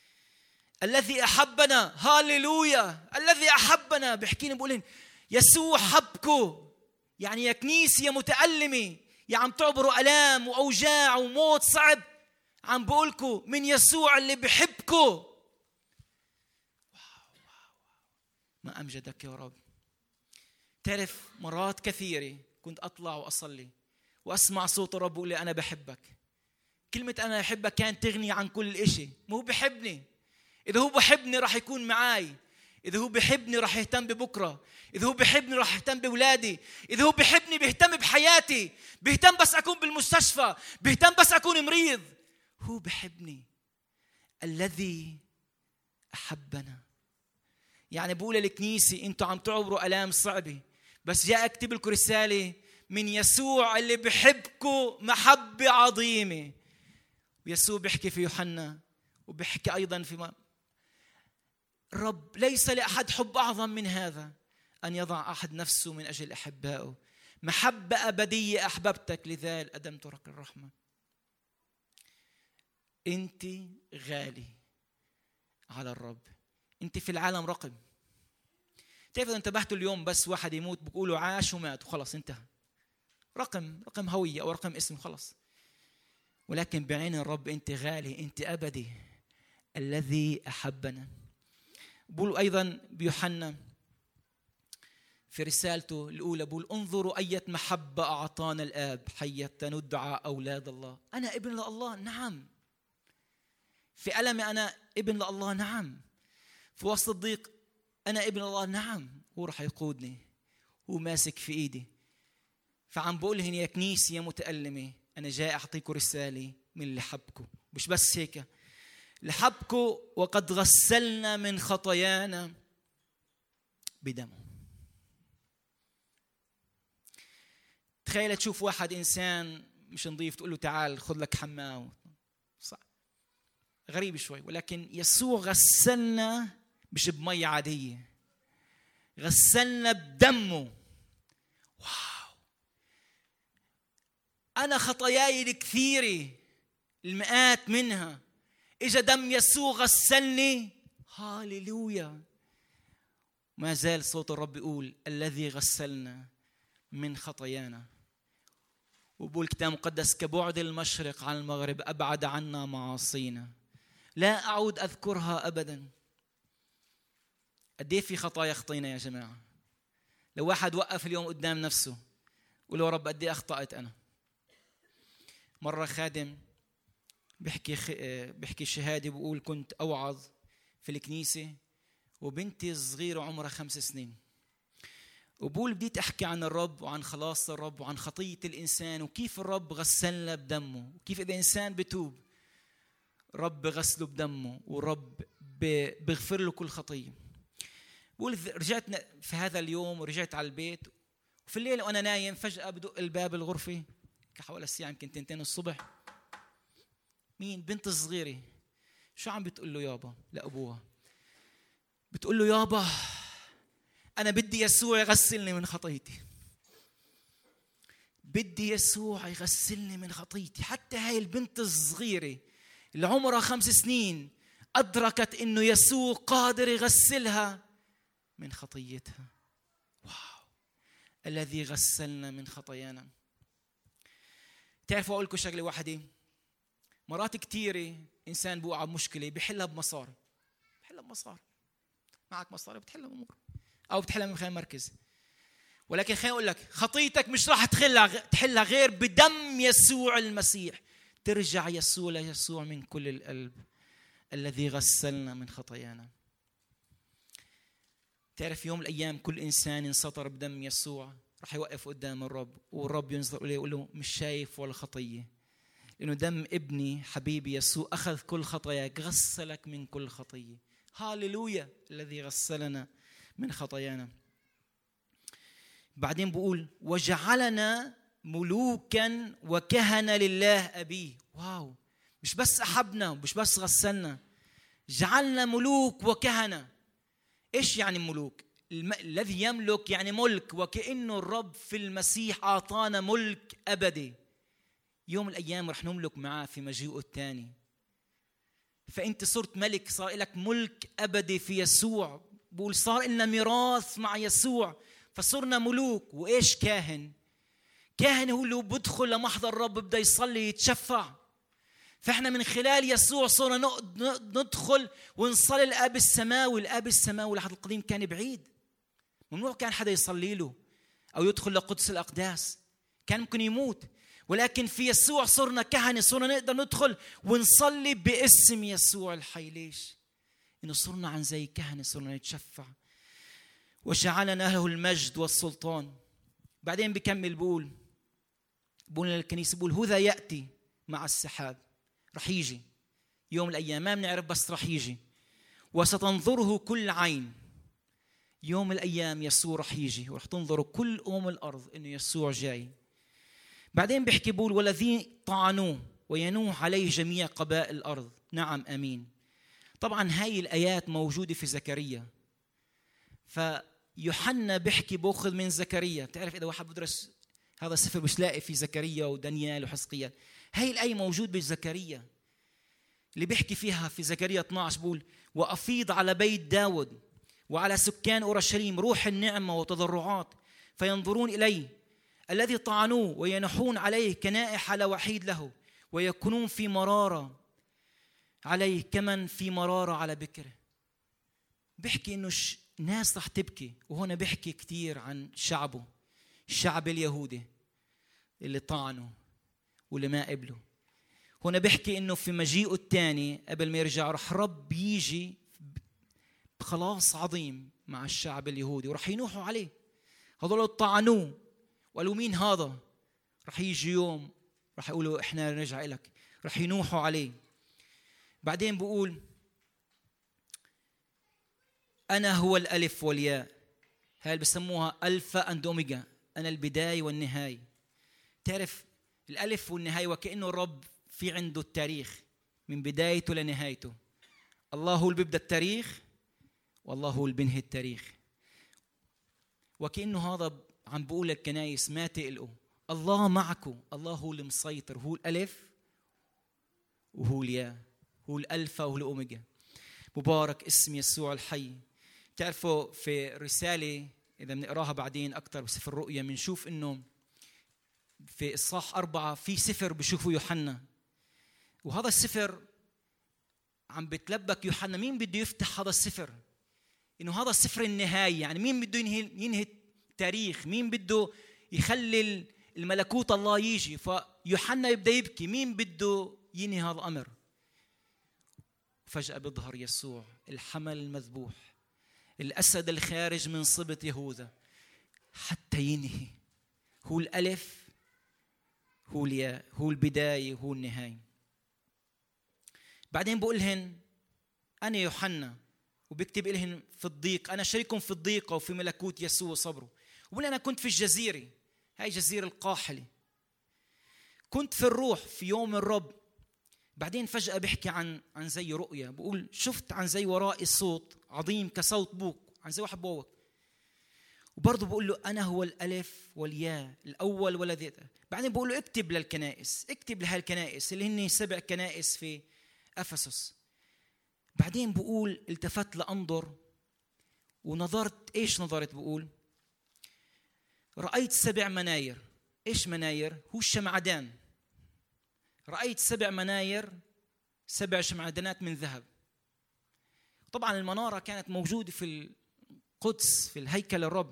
الذي أحبنا، هاليلويا، الذي أحبنا. بحكينا بقولين يسوع حبكو، يعني يا كنيسة يا متألمة يا عم تعبروا ألام وأوجاع وموت صعب، عم بقولكو من يسوع اللي بحبكو. ما أمجدك يا رب. تعرف مرات كثيرة كنت أطلع وأصلي وأسمع صوت الرب يقول لي أنا بحبك. كلمة أنا بحبك كانت تغني عن كل إشي. ما هو بحبني، إذا هو بحبني راح يكون معاي، إذا هو بحبني راح يهتم ببكرة، إذا هو بحبني راح يهتم بأولادي، إذا هو بحبني بيهتم بحياتي، بيهتم بس أكون بالمستشفى، بيهتم بس أكون مريض. هو بحبني الذي أحبنا. يعني بقول للكنيسة أنتوا عم تعبروا ألام صعبة، بس جاء أكتب لكم رسالة من يسوع اللي بحبكم محبة عظيمة. ويسوع بيحكي في يوحنا وبيحكي أيضا في ما رب ليس لأحد حب أعظم من هذا أن يضع أحد نفسه من أجل أحبائه. محبة أبدية أحببتك لذلك أدمت رك الرحمة. أنت غالي على الرب، أنت في العالم رقم. تعرف إذا انتبهتوا اليوم بس واحد يموت بقولوا عاش ومات وخلص انتهى، رقم رقم هوية أو رقم اسم خلص. ولكن بعين الرب أنت غالي، أنت أبدي، الذي أحبنا. بقول أيضا بيوحنا في رسالته الأولى بقول انظروا أية محبة أعطانا الآب حتى ندعى أولاد الله. أنا ابن لله، نعم. في ألمي أنا ابن لله، نعم. في وسط الضيق أنا ابن الله، نعم. هو رح يقودني، هو ماسك في إيدي. فعم بقولهن يا كنيسة يا متألمة أنا جاي أعطيكم رسالة من اللي حبكم. مش بس هيك، لحبكم وقد غسلنا من خطايانا بدمه. تخيل تشوف واحد إنسان مش نظيف تقول له تعال خذ لك حمام، صح غريب شوي. ولكن يسوع غسلنا مش بمية عادية، غسلنا بدمه. واو، أنا خطاياي الكثيرة المئات منها، إجا دم يسوع غسلني. هاليلويا. ما زال صوت الرب يقول الذي غسلنا من خطايانا. وبقول الكتاب المقدس كبعد المشرق عن المغرب أبعد عنا معاصينا، لا أعود أذكرها أبدا. قد ايه في خطايا خطينا يا جماعة. لو واحد وقف اليوم قدام نفسه وقال له رب قد ايه أخطأت أنا. مرة خادم بحكي خ... بحكي شهادة بقول كنت أوعظ في الكنيسة وبنتي الصغيرة عمرها خمس سنين، وبقول بديت أحكي عن الرب وعن خلاص الرب وعن خطية الإنسان وكيف الرب غسلنا بدمه، وكيف إذا إنسان بتوب رب غسله بدمه ورب بيغفر له كل خطية. بقول رجعت في هذا اليوم ورجعت على البيت، وفي الليل وأنا نايم فجأة بدق الباب الغرفة حوالي الساعة يمكن تنتين الصبح. مين؟ بنت صغيرة. شو عم بتقول له يابا لأبوها؟ بتقول له يابا أنا بدي يسوع يغسلني من خطيتي، بدي يسوع يغسلني من خطيتي. حتى هاي البنت الصغيرة اللي عمرها خمس سنين أدركت إنه يسوع قادر يغسلها من خطيتها. واو، الذي غسلنا من خطايانا. تعرفوا أقول لكم شغلة واحدة، مرات كتيرة إنسان بوقع بمشكلة بيحلها بمصاري، بيحلها بمصاري، معك مصاري بتحلها بأمور أو بتحلها من خلال مركز. ولكن خليني أقول لك خطيتك مش راح تحلها تحلها غير بدم يسوع المسيح. ترجع يسوع ليسوع من كل القلب الذي غسلنا من خطايانا. تعرف يوم الأيام كل إنسان انسطر بدم يسوع راح يوقف قدام الرب، والرب ينظر إليه ويقول له مش شايف ولا خطية، لأنه دم ابني حبيبي يسوع أخذ كل خطاياك، غسلك من كل خطية. هاليلويا، الذي غسلنا من خطايانا. بعدين بقول وجعلنا ملوكا وكهنة لله أبيه. واو، مش بس أحبنا مش بس غسلنا، جعلنا ملوك وكهنة. إيش يعني ملوك؟ الم... الذي يملك يعني ملك، وكأنه الرب في المسيح أعطانا ملك أبدي. يوم الأيام رح نملك معاه في مجيئه الثاني. فأنت صرت ملك، صار لك ملك أبدي في يسوع. بقول صار لنا ميراث مع يسوع، فصرنا ملوك. وإيش كاهن؟ كاهن هو اللي بدخل لمحضر الرب بده يصلي يتشفع. فإحنا من خلال يسوع صرنا ندخل ونصلي الآب السماوي. الآب السماوي العهد القديم كان بعيد، ممنوع كان حدا يصلي له أو يدخل لقدس الأقداس، كان ممكن يموت. ولكن في يسوع صرنا كهنة، صرنا نقدر ندخل ونصلي باسم يسوع الحي. ليش؟ إنه صرنا عن زي كهنة، صرنا نتشفع. وجعلنا له المجد والسلطان. بعدين بكمل بقول بقول للكنيسة بقول هذا يأتي مع السحاب. رح يجي يوم الأيام، ما بنعرف بس رح يجي، وستنظره كل عين. يوم الأيام يسوع رح يجي ورح تنظروا كل أم الأرض إنه يسوع جاي. بعدين بيحكي بقول والذي طعنوه وينوح عليه جميع قبائل الأرض. نعم أمين. طبعا هاي الآيات موجودة في زكريا، فيوحنا بيحكي بأخذ من زكريا. تعرف إذا واحد بدرس هذا السفر مش لاقي في زكريا ودانيال وحزقيال، هاي الآية موجود بزكريا اللي بيحكي فيها في زكريا اثنا عشر. بقول وأفيض على بيت داود وعلى سكان أورشليم روح النعمة وتضرعات فينظرون إليه الذي طعنوه وينحون عليه كنائح على وحيد له، ويكونون في مرارة عليه كمن في مرارة على بكره. بيحكي إنه ناس رح تبكي. وهنا بيحكي كتير عن شعبه، الشعب اليهودي اللي طعنوا واللي ما قبلوا. هنا بيحكي إنه في مجيئه الثاني قبل ما يرجع رح رب يجي بخلاص عظيم مع الشعب اليهودي، ورح ينوحوا عليه. هذول طعنوه وقالوا مين هذا؟ رح يجي يوم رح يقولوا إحنا نرجع لك، رح ينوحوا عليه. بعدين بقول أنا هو الألف والياء. هاي بسموها ألفا أند أوميجا، أنا البداية والنهاية. تعرف الألف والنهاية وكأنه الرب في عنده التاريخ من بدايته لنهايته. الله هو اللي بيبدأ التاريخ والله هو اللي بينهي التاريخ. وكأنه هذا عم بقول الكنايس ما تقلقوا، الله معكم. الله هو اللي مسيطر، هو الألف وهو الياء، هو الألفا وهو الأوميجا. مبارك اسم يسوع الحي. تعرفوا في رسالة إذا بنقراها بعدين أكتر بسفر الرؤيا بنشوف إنه في إصحاح أربعة في سفر بشوفوا يوحنا، وهذا السفر عم بتلبك يوحنا مين بده يفتح هذا السفر، إنه هذا السفر النهاية. يعني مين بده ينهي ينهي التاريخ، مين بده يخلي الملكوت الله يجي. فيوحنا يبدأ يبكي مين بده ينهي هذا الأمر. فجأة بيظهر يسوع الحمل المذبوح، الأسد الخارج من سبط يهوذا، حتى ينهي. هو الألف هو الياء، هو البداية هو النهاية. بعدين بقولهن أنا يوحنا، وبكتب إلهن في الضيق، أنا شريككم في الضيقة وفي ملكوت يسوع صبره. وبقول أنا كنت في الجزيرة، هاي جزيرة القاحلة، كنت في الروح في يوم الرب. بعدين فجأة بحكي عن عن زي رؤية، بقول شفت عن زي ورائي الصوت عظيم كصوت بوق، عن زي واحد بوق. وبرضه بقول له أنا هو الألف والياء، الأول والذي. بعدين بقول له اكتب للكنائس، اكتب لهالكنائس الكنائس اللي هن سبع كنائس في أفسس. بعدين بقول التفت لأنظر ونظرت. إيش نظرت؟ بقول رأيت سبع مناير. إيش مناير؟ هو الشمعدان. رأيت سبع مناير، سبع شمعدانات من ذهب. طبعا المنارة كانت موجودة في القدس في الهيكل الرب.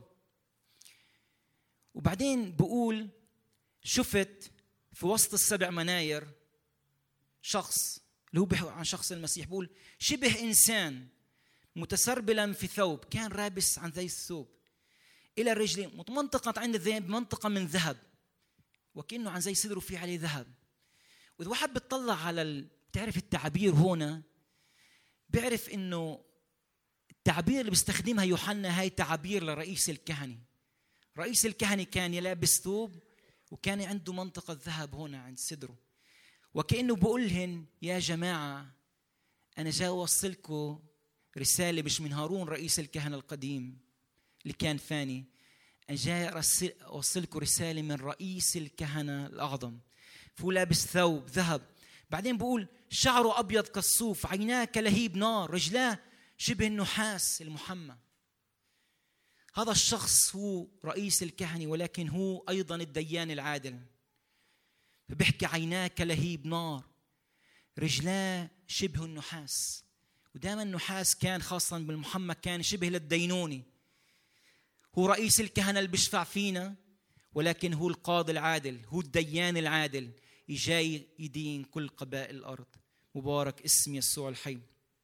وبعدين بقول شفت في وسط السبع مناير شخص، اللي هو بيحكي عن شخص المسيح. بقول شبه إنسان متسربلا في ثوب، كان رابس عن ذي الثوب إلى الرجلين، منطقة عند الذهب، منطقة من ذهب، وكأنه عن زي صدره في عليه ذهب. وإذا واحد بتطلع على ال... بتعرف التعبير هنا، بيعرف إنه التعبير اللي بيستخدمها يوحنا هاي تعبير لرئيس الكهنة. رئيس الكهنة كان يلابس ثوب وكان عنده منطقة ذهب هنا عند صدره، وكأنه بقولهن يا جماعة أنا جاي أوصلكم رسالة مش من هارون رئيس الكهنة القديم اللي كان فاني، أنا جاي أوصلكم رسالة من رئيس الكهنة الأعظم. فهو لابس ثوب ذهب. بعدين بقول شعره أبيض كالصوف، عيناه كلهيب نار، رجلاه شبه النحاس المحمى. هذا الشخص هو رئيس الكهنة، ولكن هو أيضا الديان العادل. فبحكي عيناه كلهيب نار، رجلاه شبه النحاس. ودائما النحاس كان خاصة بالمحمى كان شبه للدينوني. هو رئيس الكهنة اللي بيشفع فينا، ولكن هو القاضي العادل، هو الديان العادل، يجاي يدين كل قبائل الأرض. مبارك اسم يسوع الحي.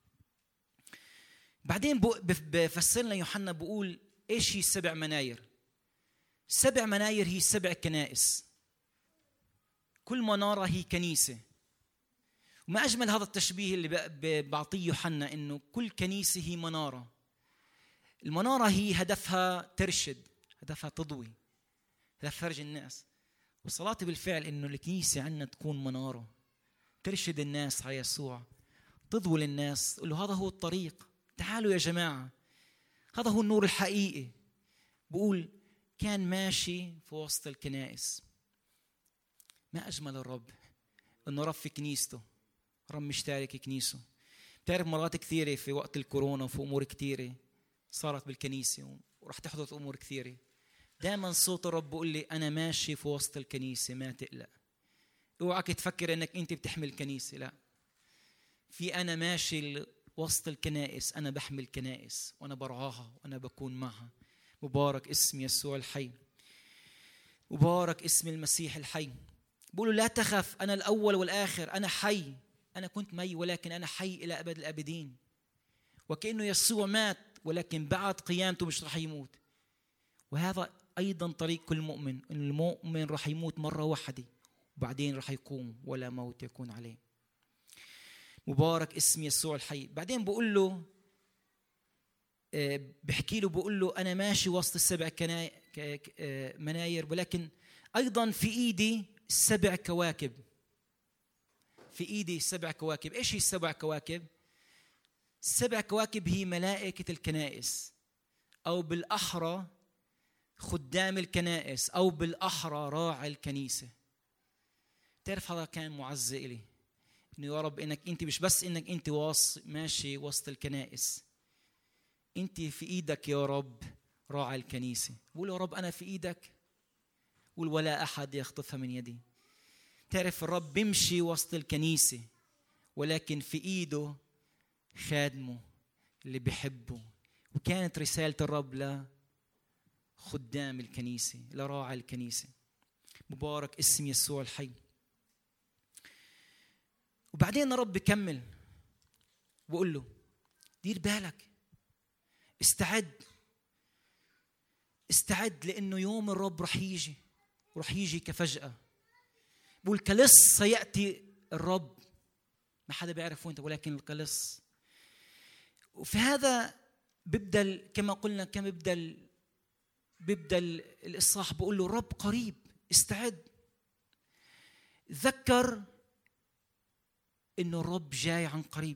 بعدين بفسر لنا يوحنا بقول إيش هي السبع مناير. السبع مناير هي سبع كنائس، كل منارة هي كنيسة. وما أجمل هذا التشبيه اللي بعطيه يوحنا، إنه كل كنيسة هي منارة. المنارة هي هدفها ترشد، هدفها تضوي، هدف فرج الناس. وصلاتي بالفعل إنه الكنيسة عندنا تكون منارة ترشد الناس على يسوع، تضوي للناس، تقول له هذا هو الطريق، تعالوا يا جماعة، هذا هو النور الحقيقي. بقول كان ماشي في وسط الكنائس. ما أجمل الرب، إنه رب في كنيسته، رب مشترك كنيسه. بتعرف مرات كثيرة في وقت الكورونا وفي أمور كثيرة صارت بالكنيسة ورح تحدث أمور كثيرة، دائما صوت الرب بقول لي أنا ماشي في وسط الكنيسة، ما تقلق. اوعك تفكر أنك أنت بتحمل الكنيسة، لا، في أنا ماشي وسط الكنائس، أنا بحمل كنائس وأنا برعاها وأنا بكون معها. مبارك اسم يسوع الحي، مبارك اسم المسيح الحي. بقولوا لا تخف، أنا الأول والآخر، أنا حي. أنا كنت مي ولكن أنا حي إلى أبد الآبدين. وكأنه يسوع مات ولكن بعد قيامته مش رح يموت. وهذا أيضا طريق كل مؤمن، إن المؤمن رح يموت مرة واحدة وبعدين رح يقوم ولا موت يكون عليه. مبارك اسم يسوع الحي. بعدين بقول له بحكي له بقول له أنا ماشي وسط السبع مناير، ولكن أيضا في إيدي سبع كواكب. في إيدي سبع كواكب. إيش هي السبع كواكب؟ السبع كواكب هي ملائكة الكنائس، أو بالأحرى خدام الكنائس أو بالأحرى راعي الكنيسة. تعرف هذا كان معزة إلي، إنه يا رب إنك أنت مش بس إنك أنت واص ماشي وسط الكنائس، أنت في إيدك يا رب راعي الكنيسة. بقول يا رب أنا في إيدك، قول ولا أحد يخطفها من يدي. تعرف الرب بيمشي وسط الكنيسة، ولكن في إيده خادمه اللي بيحبه. وكانت رسالة الرب لخدام الكنيسة، لراعي الكنيسة. مبارك اسم يسوع الحي. وبعدين الرب بيكمل وبقول له دير بالك، استعد استعد لأنه يوم الرب رح يجي، ورح يجي كفجأة. بقول كلص سيأتي الرب، ما حدا بيعرف وين، ولكن القلص. وفي هذا بيبدأ كما قلنا، كما بيبدأ بيبدأ الإصحاح بقول له الرب قريب، استعد. تذكر إنه الرب جاي عن قريب.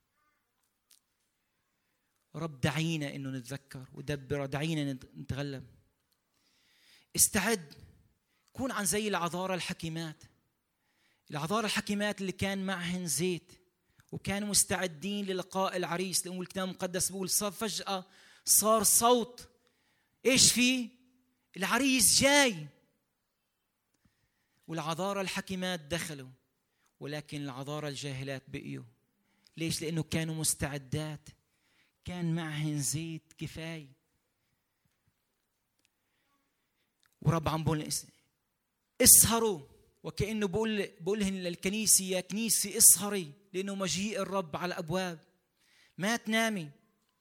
رب دعينا إنه نتذكر ودبر، دعينا نتغلب. استعد، كون عن زي العذارى الحكيمات. العذارى الحكيمات اللي كان معهن زيت وكانوا مستعدين للقاء العريس، لأن الكتاب المقدس بيقول صار فجأة صار صوت إيش فيه؟ العريس جاي. والعذارى الحكيمات دخلوا، ولكن العذارى الجاهلات بقيوا. ليش؟ لأنه كانوا مستعدات، كان معهن زيت كفاية. ورب عم بقول اسهروا، وكأنه بقول بقولهن للكنيسة يا كنيسة اسهري، لأنه مجيء الرب على الأبواب. ما تنامي.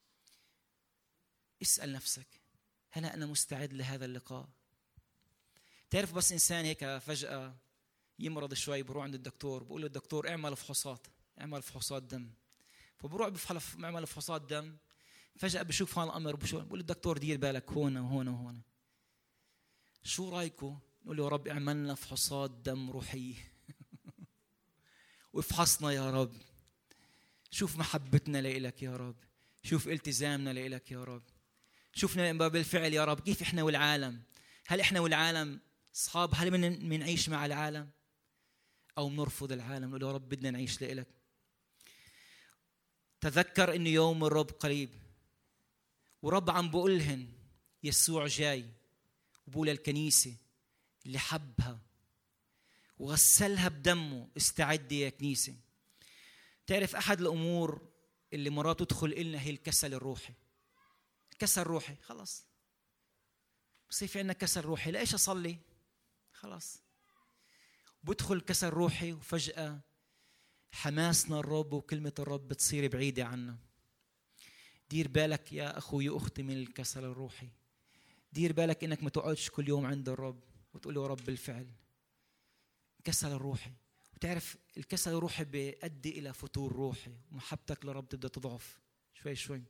اسأل نفسك، هل أنا مستعد لهذا اللقاء؟ تعرف بس إنسان هيك فجأة يمرض شوي، بروح عند الدكتور، بقول له الدكتور اعمل فحوصات، اعمل فحوصات دم. فبروح بيعمل فحوصات دم، فجأة بشوف هذا الأمر، بقول الدكتور دير بالك هون وهون وهون. شو رايكم؟ نقول له يا رب اعملنا فحوصات دم روحية وافحصنا يا رب، شوف محبتنا لإلك يا رب، شوف التزامنا لإلك يا رب، شوفنا بالفعل يا رب كيف إحنا والعالم. هل إحنا والعالم أصحاب؟ هل من منعيش مع العالم أو منرفض العالم؟ نقول يا رب بدنا نعيش لإلك. تذكر إنه يوم الرب قريب، ورب عم بقولهن يسوع جاي، وبقول الكنيسة اللي حبها وغسلها بدمه استعدي يا كنيسة. تعرف أحد الأمور اللي مرات تدخل إلنا هي الكسل الروحي. كسل روحي، خلاص بصير في عنا كسل روحي، لإيش أصلي؟ خلاص بدخل كسل روحي، وفجأة حماسنا الرب وكلمة الرب بتصير بعيدة عنا. دير بالك يا أخوي وأختي من الكسل الروحي. دير بالك إنك ما تقعدش كل يوم عند الرب وتقول له رب بالفعل. كسل الروحي، وتعرف الكسل الروحي بيؤدي إلى فتور روحي، ومحبتك لرب تبدأ تضعف شوي شوي.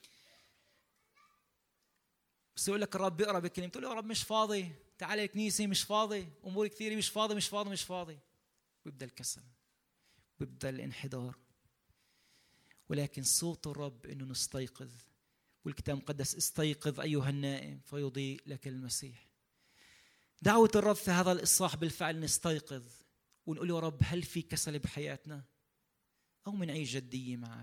بس يقول لك الرب بيقرأ بكلمة، تقول له يا رب مش فاضي، تعال الكنيسة مش فاضي، أمور كثيرة مش فاضي مش فاضي مش فاضي. بيبدأ الكسل، بيبدأ الانحدار. ولكن صوت الرب إنه نستيقظ، والكتاب المقدس استيقظ أيها النائم فيضيء لك المسيح. دعوة الرب في هذا الإصحاح بالفعل نستيقظ ونقول يا رب هل في كسل بحياتنا أو منعيش جدية معك؟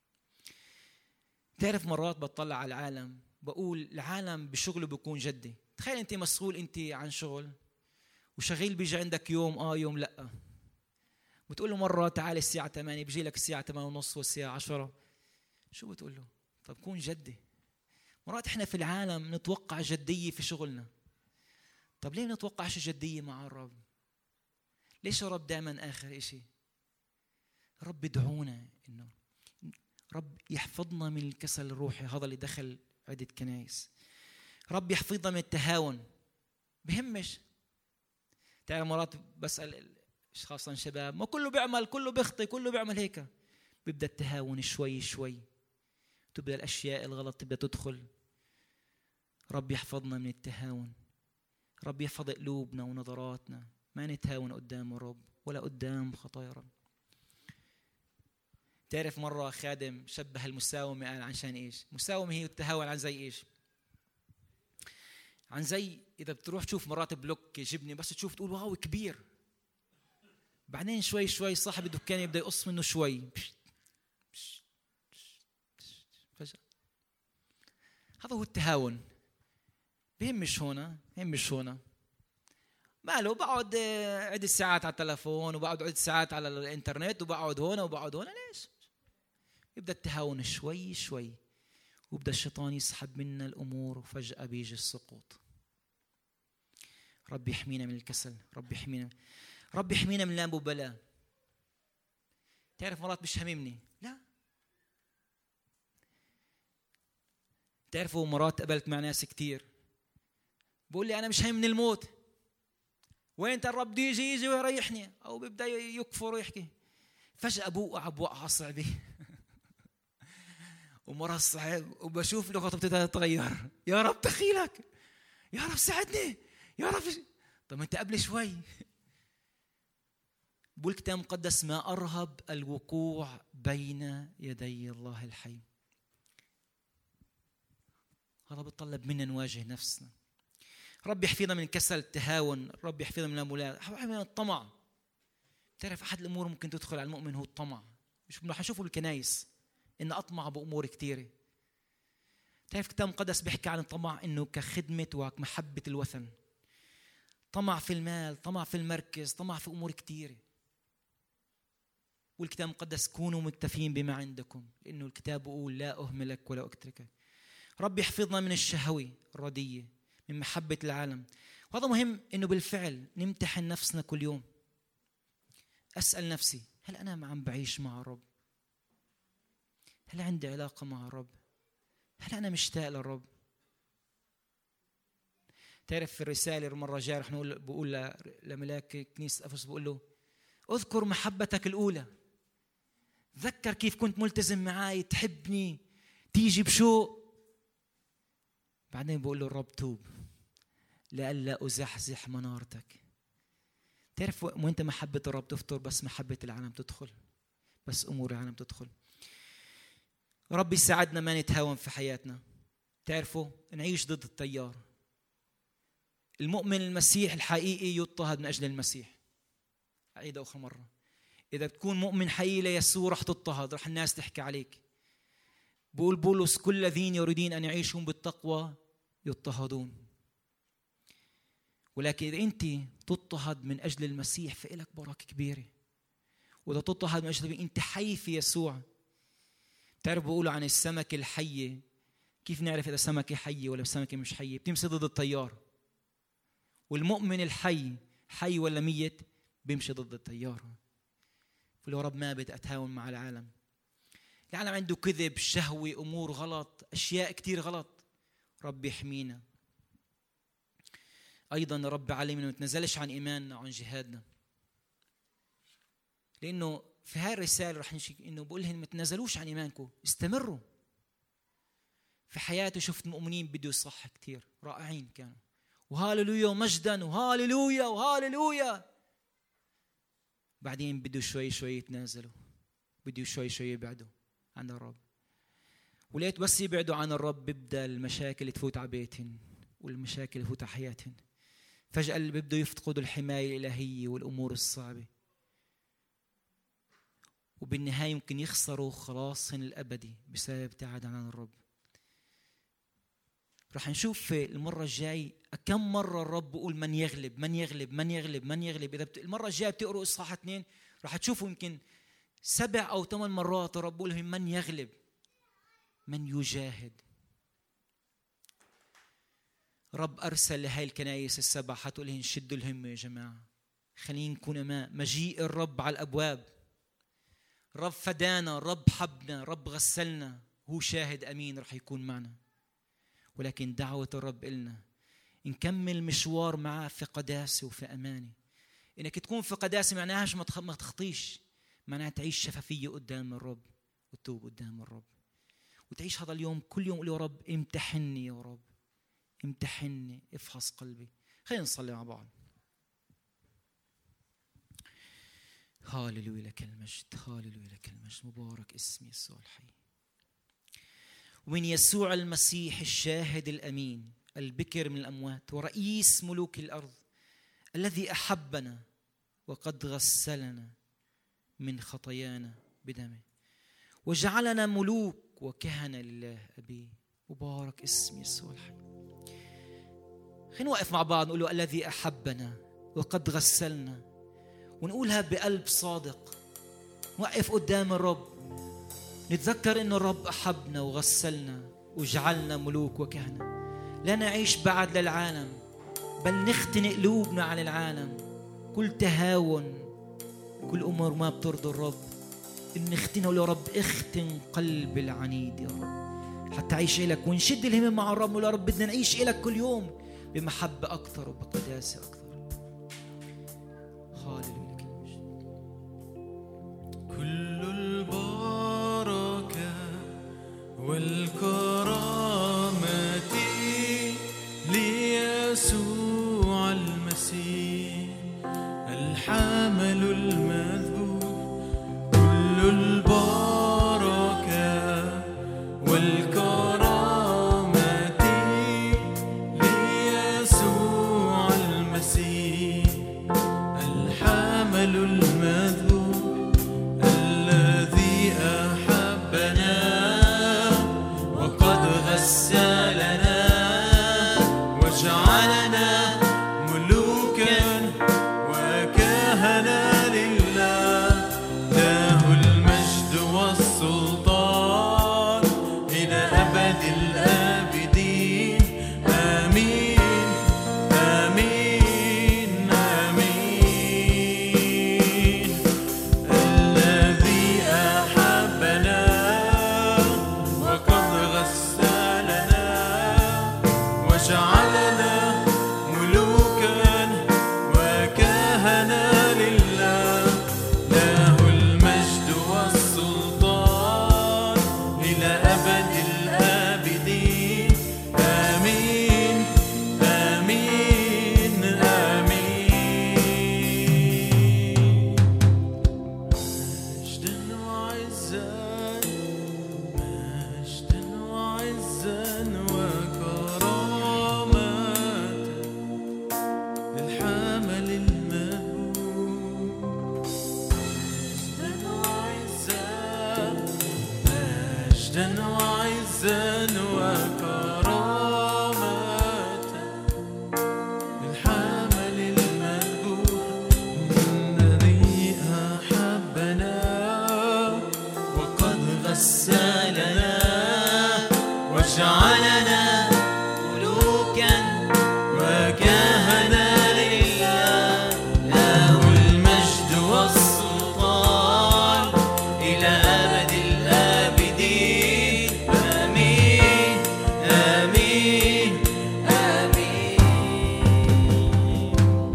تعرف مرات بطلع على العالم بقول العالم بشغله بيكون جدي. تخيل أنت مسؤول أنت عن شغل وشغيل بيجي عندك يوم آه يوم لأ، بتقول له مرة تعال الساعة ثمانية، بيجي لك الساعة ثمانية ونص والساعة عشرة. شو بتقول له؟ طب كون جدي. مرات إحنا في العالم نتوقع جدية في شغلنا. طب ليه نتوقعش جدية مع الرب؟ ليش الرب دائما آخر إشي؟ الرب يدعونا إنه رب يحفظنا من الكسل الروحي، هذا اللي دخل عدة كنائس. رب يحفظنا من التهاون. بهمش. تعرف مرات بسأل خاصة شباب، ما كله بيعمل، كله بيخطي، كله بيعمل هيك. بيبدأ التهاون شوي شوي، تبدأ الأشياء الغلط تبدأ تدخل. رب يحفظنا من التهاون. رب يحفظ قلوبنا ونظراتنا، ما نتهاون قدام الرب ولا قدام خطايا رب. تعرف مرة خادم شبه المساومة، قال عشان إيش؟ مساومة هي التهاون عن زي إيش؟ عن زي إذا بتروح تشوف مرات بلوك جبنة بس تشوف تقول واو كبير، بعدين شوي شوي صاحب الدكان يبدأ يقص منه شوي فجأة. هذا هو التهاون. بهمش هنا بهمش هنا ماله، بقعد عدة ساعات على التلفون وبقعد عدة ساعات على الانترنت وبقعد هنا وبقعد هنا. ليش؟ يبدأ التهاون شوي شوي وبدأ الشيطان يسحب منا الأمور وفجأة بيجي السقوط. رب يحمينا من الكسل، رب يحمينا رب يحمينا من اللامبالاة. تعرف مرات مش هممني، لا. تعرفوا مرات قبلت مع ناس كتير بقول لي أنا مش هممني الموت، وين الرب بده يجي يجي ويريحني، أو بيبدأ يكفر ويحكي. فجأة بوقع بوقعة صعبة ومرة صعب وبشوف لغته بتتغير. يا رب دخيلك، يا رب ساعدني، يا رب. طب انت قبل شوي بقول الكتاب المقدس ما أرهب الوقوع بين يدي الله الحي. هذا بيطلب منا نواجه نفسنا. رب يحفظنا من الكسل، التهاون، رب يحفظنا من اللامبالاة، يحفظنا من الطمع. تعرف أحد الأمور ممكن تدخل على المؤمن هو الطمع. مش حنشوفه بالكنايس إن أطمع بأمور كتيرة. تعرف الكتاب المقدس بيحكي عن الطمع إنه كخدمة ومحبة الوثن. طمع في المال، طمع في المركز، طمع في أمور كتيرة. والكتاب المقدس كونوا مكتفين بما عندكم، لأنه الكتاب بيقول لا أهملك ولا أتركك. رب يحفظنا من الشهوة الردية، من محبة العالم. وهذا مهم إنه بالفعل نمتحن نفسنا كل يوم. أسأل نفسي هل أنا عم بعيش مع الرب؟ هل عندي علاقة مع الرب؟ هل أنا مشتاق للرب؟ تعرف في الرسالة المرة جاء رح نقول بقول لملاك كنيسة أفسس بقول له أذكر محبتك الأولى. تذكر كيف كنت ملتزم معاي، تحبني، تيجي بشوق. بعدين بقول له الرب توب لألا أزحزح منارتك. تعرف وانت محبة الرب تفطر، بس محبة العالم تدخل، بس أمور العالم تدخل. رب يساعدنا ما نتهاون في حياتنا. تعرفوا نعيش ضد التيار. المؤمن المسيح الحقيقي يضطهد من أجل المسيح. أعيد أخر مرة، إذا تكون مؤمن حقيقي ليسوع رح تضطهد، رح الناس تحكي عليك. بقول بولس كل الذين يريدون أن يعيشون بالتقوى يضطهدون. ولكن إذا أنت تضطهد من أجل المسيح فإلك بركة كبيرة. وإذا تضطهد من أجل أنت حي في يسوع. تعرف بقولوا عن السمكة الحية، كيف نعرف إذا سمكة حية ولا سمكة مش حية؟ بتمشي ضد التيار. والمؤمن الحي حي ولا ميت؟ بيمشي ضد التيار. فلو رب ما بدي أتهاون مع العالم. العالم عنده كذب، شهوة، أمور غلط، أشياء كتير غلط. رب يحمينا. أيضا رب علمنا ما نتنزلش عن إيماننا وعن جهادنا، لأنه في هاي الرسالة رح نشيك إنه بقول لهم ما تنزلوش عن إيمانكم، استمروا. في حياتي شفت مؤمنين بدوا يصح كتير رائعين كانوا، وهاللويا ومجدا وهاللويا وهاللويا، بعدين بدوا شوي شوي يتنازلوا، بدوا شوي شوي يبعدوا عن الرب. وليت بس يبعدوا عن الرب بيبدأ المشاكل تفوت على بيتهم والمشاكل تفوت على حياتهم. فجأة اللي بيبدوا يفقدوا الحماية الإلهية والأمور الصعبة، وبالنهاية يمكن يخسروا خلاصهم الأبدي بسبب ابتعاد عن الرب. رح نشوف في المرة الجاي كم مرة الرب بيقول من يغلب من يغلب من يغلب من يغلب. إذا بت... المرة الجاية بتقرأوا إصحاح اثنين رح تشوفوا يمكن سبع أو ثمان مرات الرب بيقول لهم من يغلب، من يجاهد. رب أرسل لهاي الكنائس السبع حتقول لهم شدوا الهمة يا جماعة، خلينا نكون أمام مجيء الرب على الأبواب. رب فدانا، رب حبنا، رب غسلنا، هو شاهد أمين رح يكون معنا. ولكن دعوة الرب إلنا نكمل مشوار معه في قداسة وفي أمانة. إنك تكون في قداسة معناهاش ما تخطيش، معناها تعيش شفافية قدام الرب وتوب قدام الرب، وتعيش هذا اليوم كل يوم. قل يا رب امتحني، يا رب امتحني، افحص قلبي. خلينا نصلي مع بعض. هاللويا لك المجد، هاللويا لك المجد، مبارك اسم يسوع الحي. ومن يسوع المسيح الشاهد الأمين البكر من الأموات ورئيس ملوك الأرض، الذي أحبنا وقد غسلنا من خطايانا بدمه وجعلنا ملوك وكهنة لله أبيه. مبارك اسم يسوع الحي. خلينا نوقف مع بعض نقول له الذي أحبنا وقد غسلنا، ونقولها بقلب صادق. نوقف قدام الرب نتذكر إنه الرب أحبنا وغسلنا وجعلنا ملوك وكهنة. لا نعيش بعد للعالم، بل نختنق قلوبنا عن العالم. كل تهاون، كل أمور ما بترضي الرب، إن نختنه له رب. اختن قلب العنيد يا رب حتى عيش إلك، ونشد الهمم مع الرب ولا رب بدنا نعيش إلك كل يوم بمحبة أكثر وبقداسة أكثر. هاليلويا. كل البركة والكرامة ليسوع المسيح الحامل المذبوح. كل البركة والكرامة ليسوع المسيح الحامل المذبوح، الذي أحبنا وقد غسلنا وجعلنا ملوكا وكهنة لله. له المجد والسلطان إلى أبد الآبدين. آمين آمين آمين. الذي أحبنا وقد غسلنا وجعلنا ملوكا وكهنة لله. له المجد والسلطان إلى أبد الآبدين. آمين آمين آمين. مجدا وعزا مجدا وعزا وكرامة للحامل المذبوح. مجدا وعزا مجدا وعزا وكرامة للحامل المذبوح، الذي أحبنا وقد غسلنا وجعلنا ملوكا وكهنة لله. له المجد والسلطان إلى أبد الآبدين. آمين آمين آمين.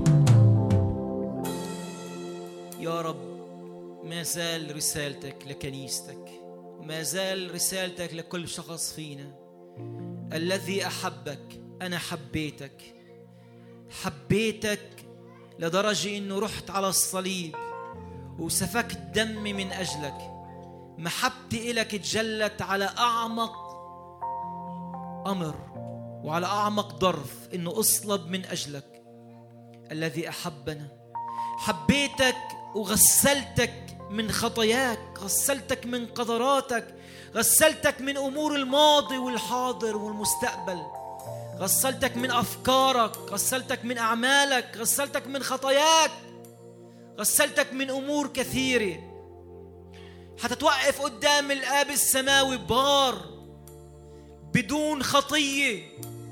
يا رب ما زال رسالتك لكنيستك، وما زال رسالتك لكل شخص فينا. الذي أحبك، أنا حبيتك حبيتك لدرجة إنه رحت على الصليب وسفكت دمي من أجلك. محبتي إلك تجلت على أعمق أمر وعلى أعمق ظرف، إنه أصلب من أجلك. الذي أحبنا، حبيتك وغسلتك من خطاياك، غسلتك من قدراتك، غسلتك من أمور الماضي والحاضر والمستقبل، غسلتك من أفكارك، غسلتك من أعمالك، غسلتك من خطاياك، غسلتك من أمور كثيرة حتى توقف قدام الآب السماوي بار بدون خطية.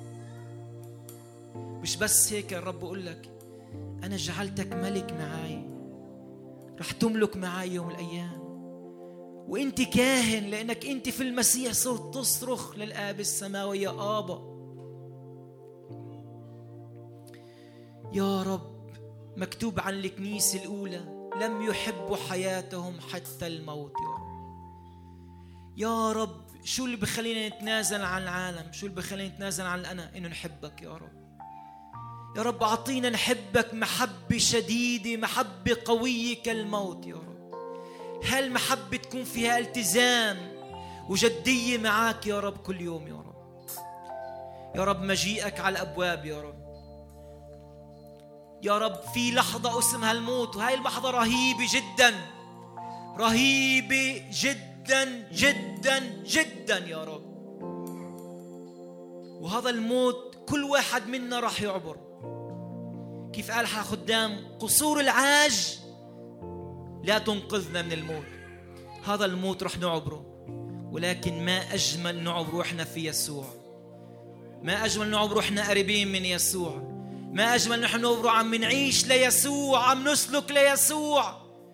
مش بس هيك، الرب يقول لك أنا جعلتك ملك معاي، رح تملك معاي يوم الأيام، وإنت كاهن لأنك إنت في المسيح صرت تصرخ للآب السماوي يا آبا. يا رب مكتوب عن الكنيسة الأولى لم يحبوا حياتهم حتى الموت. يا رب يا رب شو اللي بخلينا نتنازل عن العالم؟ شو اللي بخلينا نتنازل عن الأنا؟ إنه نحبك يا رب. يا رب أعطينا نحبك محبة شديدة، محبة قوية كالموت. يا رب هالمحبة تكون فيها التزام وجدية معاك يا رب كل يوم. يا رب يا رب مجيئك على الأبواب يا رب. يا رب في لحظة اسمها الموت، وهي اللحظة رهيبة جدا، رهيبة جدا جدا جدا يا رب. وهذا الموت كل واحد منا راح يعبر. كيف قال خدام قصور العاج لا تنقذنا من الموت، هذا الموت رح نعبره، ولكن ما أجمل نعبره إحنا في يسوع. ما أجمل نعبره إحنا قريبين من يسوع. ما أجمل نحن نعبره عم نعيش ليسوع، عم نسلك ليسوع.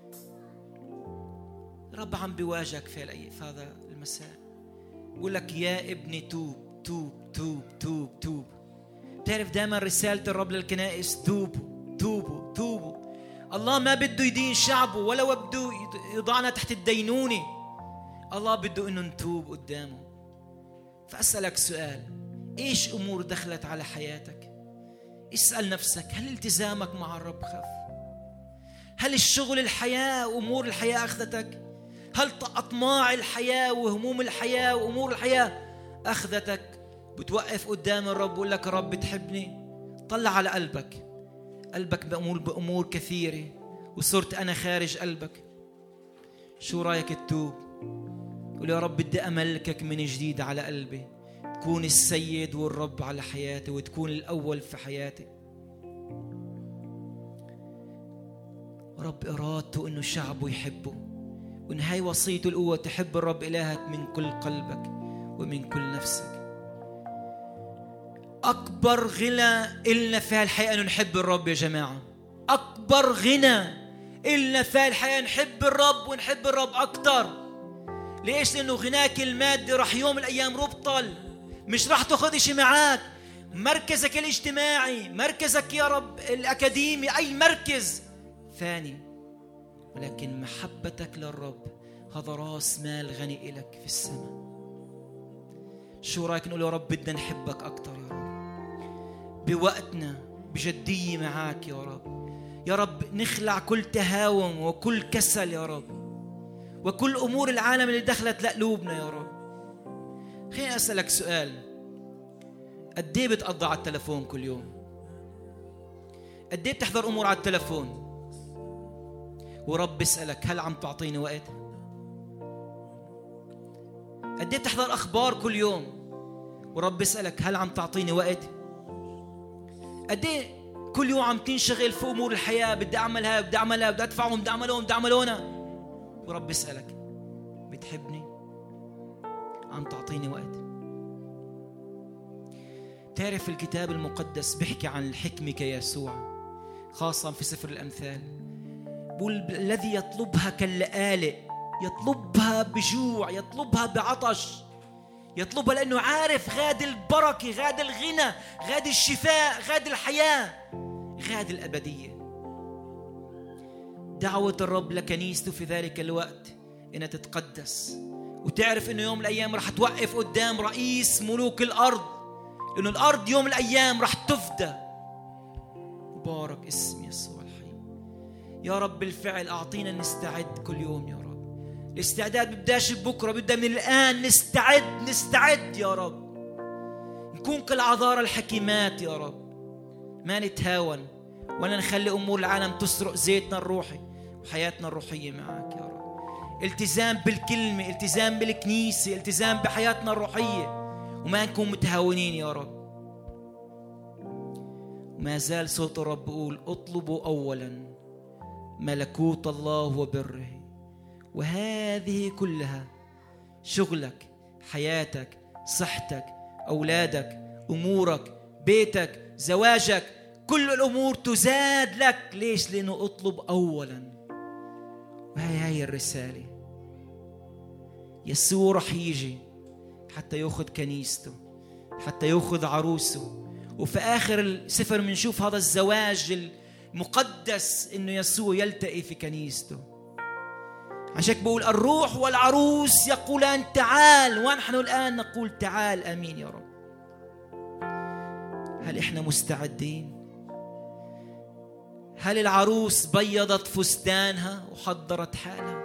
رب عم بيواجهك في هذا المساء، بقول لك يا ابني توب توب توب توب توب. تعرف دائما رسالة الرب للكنائس توبوا توبوا توبوا. الله ما بده يدين شعبه ولا بده يضعنا تحت الدينونة. الله بده إنه نتوب قدامه. فأسألك سؤال، إيش أمور دخلت على حياتك؟ اسأل نفسك، هل التزامك مع الرب خف؟ هل الشغل الحياة وأمور الحياة أخذتك؟ هل أطماع الحياة وهموم الحياة وأمور الحياة أخذتك؟ بتوقف قدام الرب وقول لك رب بتحبني؟ طلع على قلبك، قلبك بأمور بأمور كثيرة وصرت أنا خارج قلبك. شو رأيك تتوب؟ قول يا رب بدي أملكك من جديد على قلبي، تكون السيد والرب على حياتي وتكون الأول في حياتي. رب إرادته إنه شعبه يحبه، وإن هاي وصيته القوة تحب الرب إلهك من كل قلبك ومن كل نفسك. أكبر غنى إلنا في هالحياة إنه نحب الرب يا جماعة. أكبر غنى إلنا في هالحياة نحب الرب ونحب الرب أكتر. ليش؟ لأنه غناك المادي رح يوم الأيام ربطل، مش رح تأخذ إشي معاك. مركزك الاجتماعي، مركزك يا رب الأكاديمي، أي مركز ثاني، ولكن محبتك للرب هذا راس مال غني إلك في السماء. شو رأيك نقول يا رب بدنا نحبك أكتر يا رب بوقتنا بجدية معاك يا رب. يا رب نخلع كل تهاون وكل كسل يا رب، وكل أمور العالم اللي دخلت لقلوبنا يا رب. خليني أسألك سؤال، قد ايه بتقضي على التلفون كل يوم؟ قد ايه بتحضر أمور على التلفون؟ ورب بيسألك هل عم تعطيني وقت؟ قد ايه بتحضر أخبار كل يوم؟ ورب بيسألك هل عم تعطيني وقت؟ قد ايه كل يوم عم تنشغل في أمور الحياة، بدي أعملها بدي أعملها بدي أدفعهم بدي أعملهم بدي أعملونا، ورب بيسألك بتحبني؟ عم تعطيني وقت؟ تعرف الكتاب المقدس بيحكي عن الحكمة كيسوع، خاصة في سفر الأمثال، بقول الذي يطلبها كاللآلئ، يطلبها بجوع، يطلبها بعطش، يطلبها لأنه عارف غاد البركة، غاد الغنى، غاد الشفاء، غاد الحياة، غاد الأبدية. دعوة الرب لكنيسته في ذلك الوقت إنها تتقدس، وتعرف إنه يوم الأيام رح توقف قدام رئيس ملوك الأرض، إنه الأرض يوم الأيام رح تفدى. مبارك اسم يسوع الحي. يا رب بالفعل أعطينا نستعد كل يوم يا رب. الاستعداد ببداش بكرة، بدأ من الآن نستعد نستعد يا رب، نكون كالعذارى الحكيمات يا رب، ما نتهاون ولا نخلي أمور العالم تسرق زيتنا الروحي وحياتنا الروحية معك يا رب. التزام بالكلمة، التزام بالكنيسة، التزام بحياتنا الروحية، وما نكون متهاونين يا رب. ما زال صوت الرب يقول اطلبوا أولا ملكوت الله وبره، وهذه كلها شغلك، حياتك، صحتك، أولادك، أمورك، بيتك، زواجك، كل الأمور تزاد لك. ليش؟ لأنه اطلب أولا. وهي هاي الرسالة. يسوع رح يجي حتى يأخذ كنيسته، حتى يأخذ عروسه، وفي آخر السفر منشوف هذا الزواج المقدس إنه يسوع يلتقي في كنيسته. عشان بقول الروح والعروس يقولان تعال، ونحن الآن نقول تعال. آمين يا رب. هل إحنا مستعدين؟ هل العروس بيضت فستانها وحضرت حالها،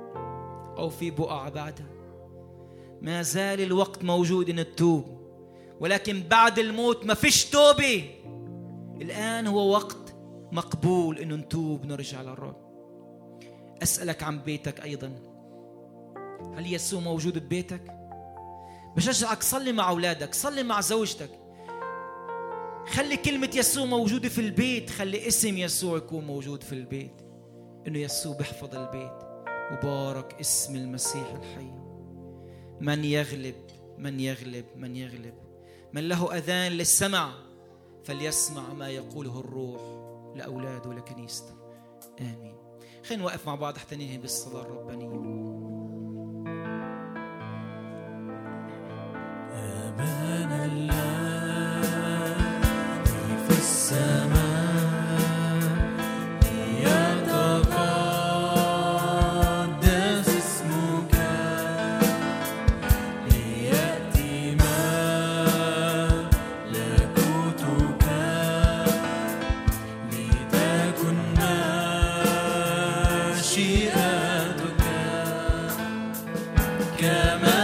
أو في بقعة بعدها؟ ما زال الوقت موجود إن تتوب ولكن بعد الموت ما فيش توبة. الآن هو وقت مقبول إنه نتوب نرجع للرب. أسألك عن بيتك أيضا، هل يسوع موجود ببيتك؟ بشجعك صلي مع أولادك، صلي مع زوجتك، خلي كلمة يسوع موجودة في البيت، خلي اسم يسوع يكون موجود في البيت، إنه يسوع بيحفظ البيت. مبارك اسم المسيح الحي. من يغلب من يغلب من يغلب، من له أذان للسمع فليسمع ما يقوله الروح لأولاده ولكنيسته. آمين. خلينا نوقف مع بعض حتى ننهي بالصلاة الربانية. أبانا الذي في السماء ليتقدس اسمك، ليأتي ملكوتك، لتكن مشيئتك كما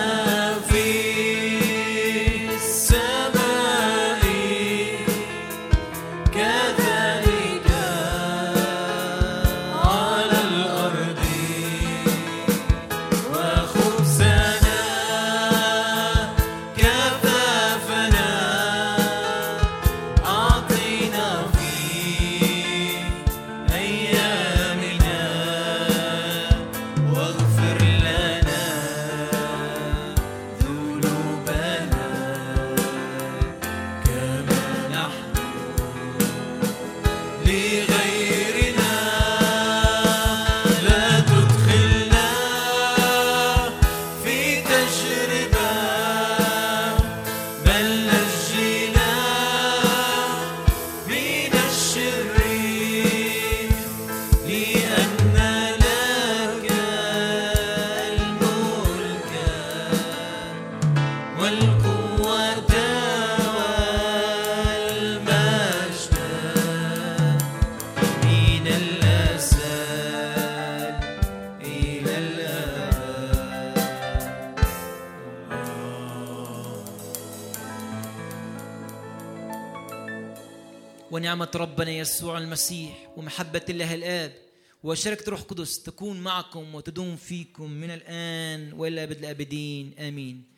ونعمة ربنا يسوع المسيح ومحبة الله الآب وشركة روح قدس تكون معكم وتدوم فيكم من الآن وإلى أبد الآبدين. آمين.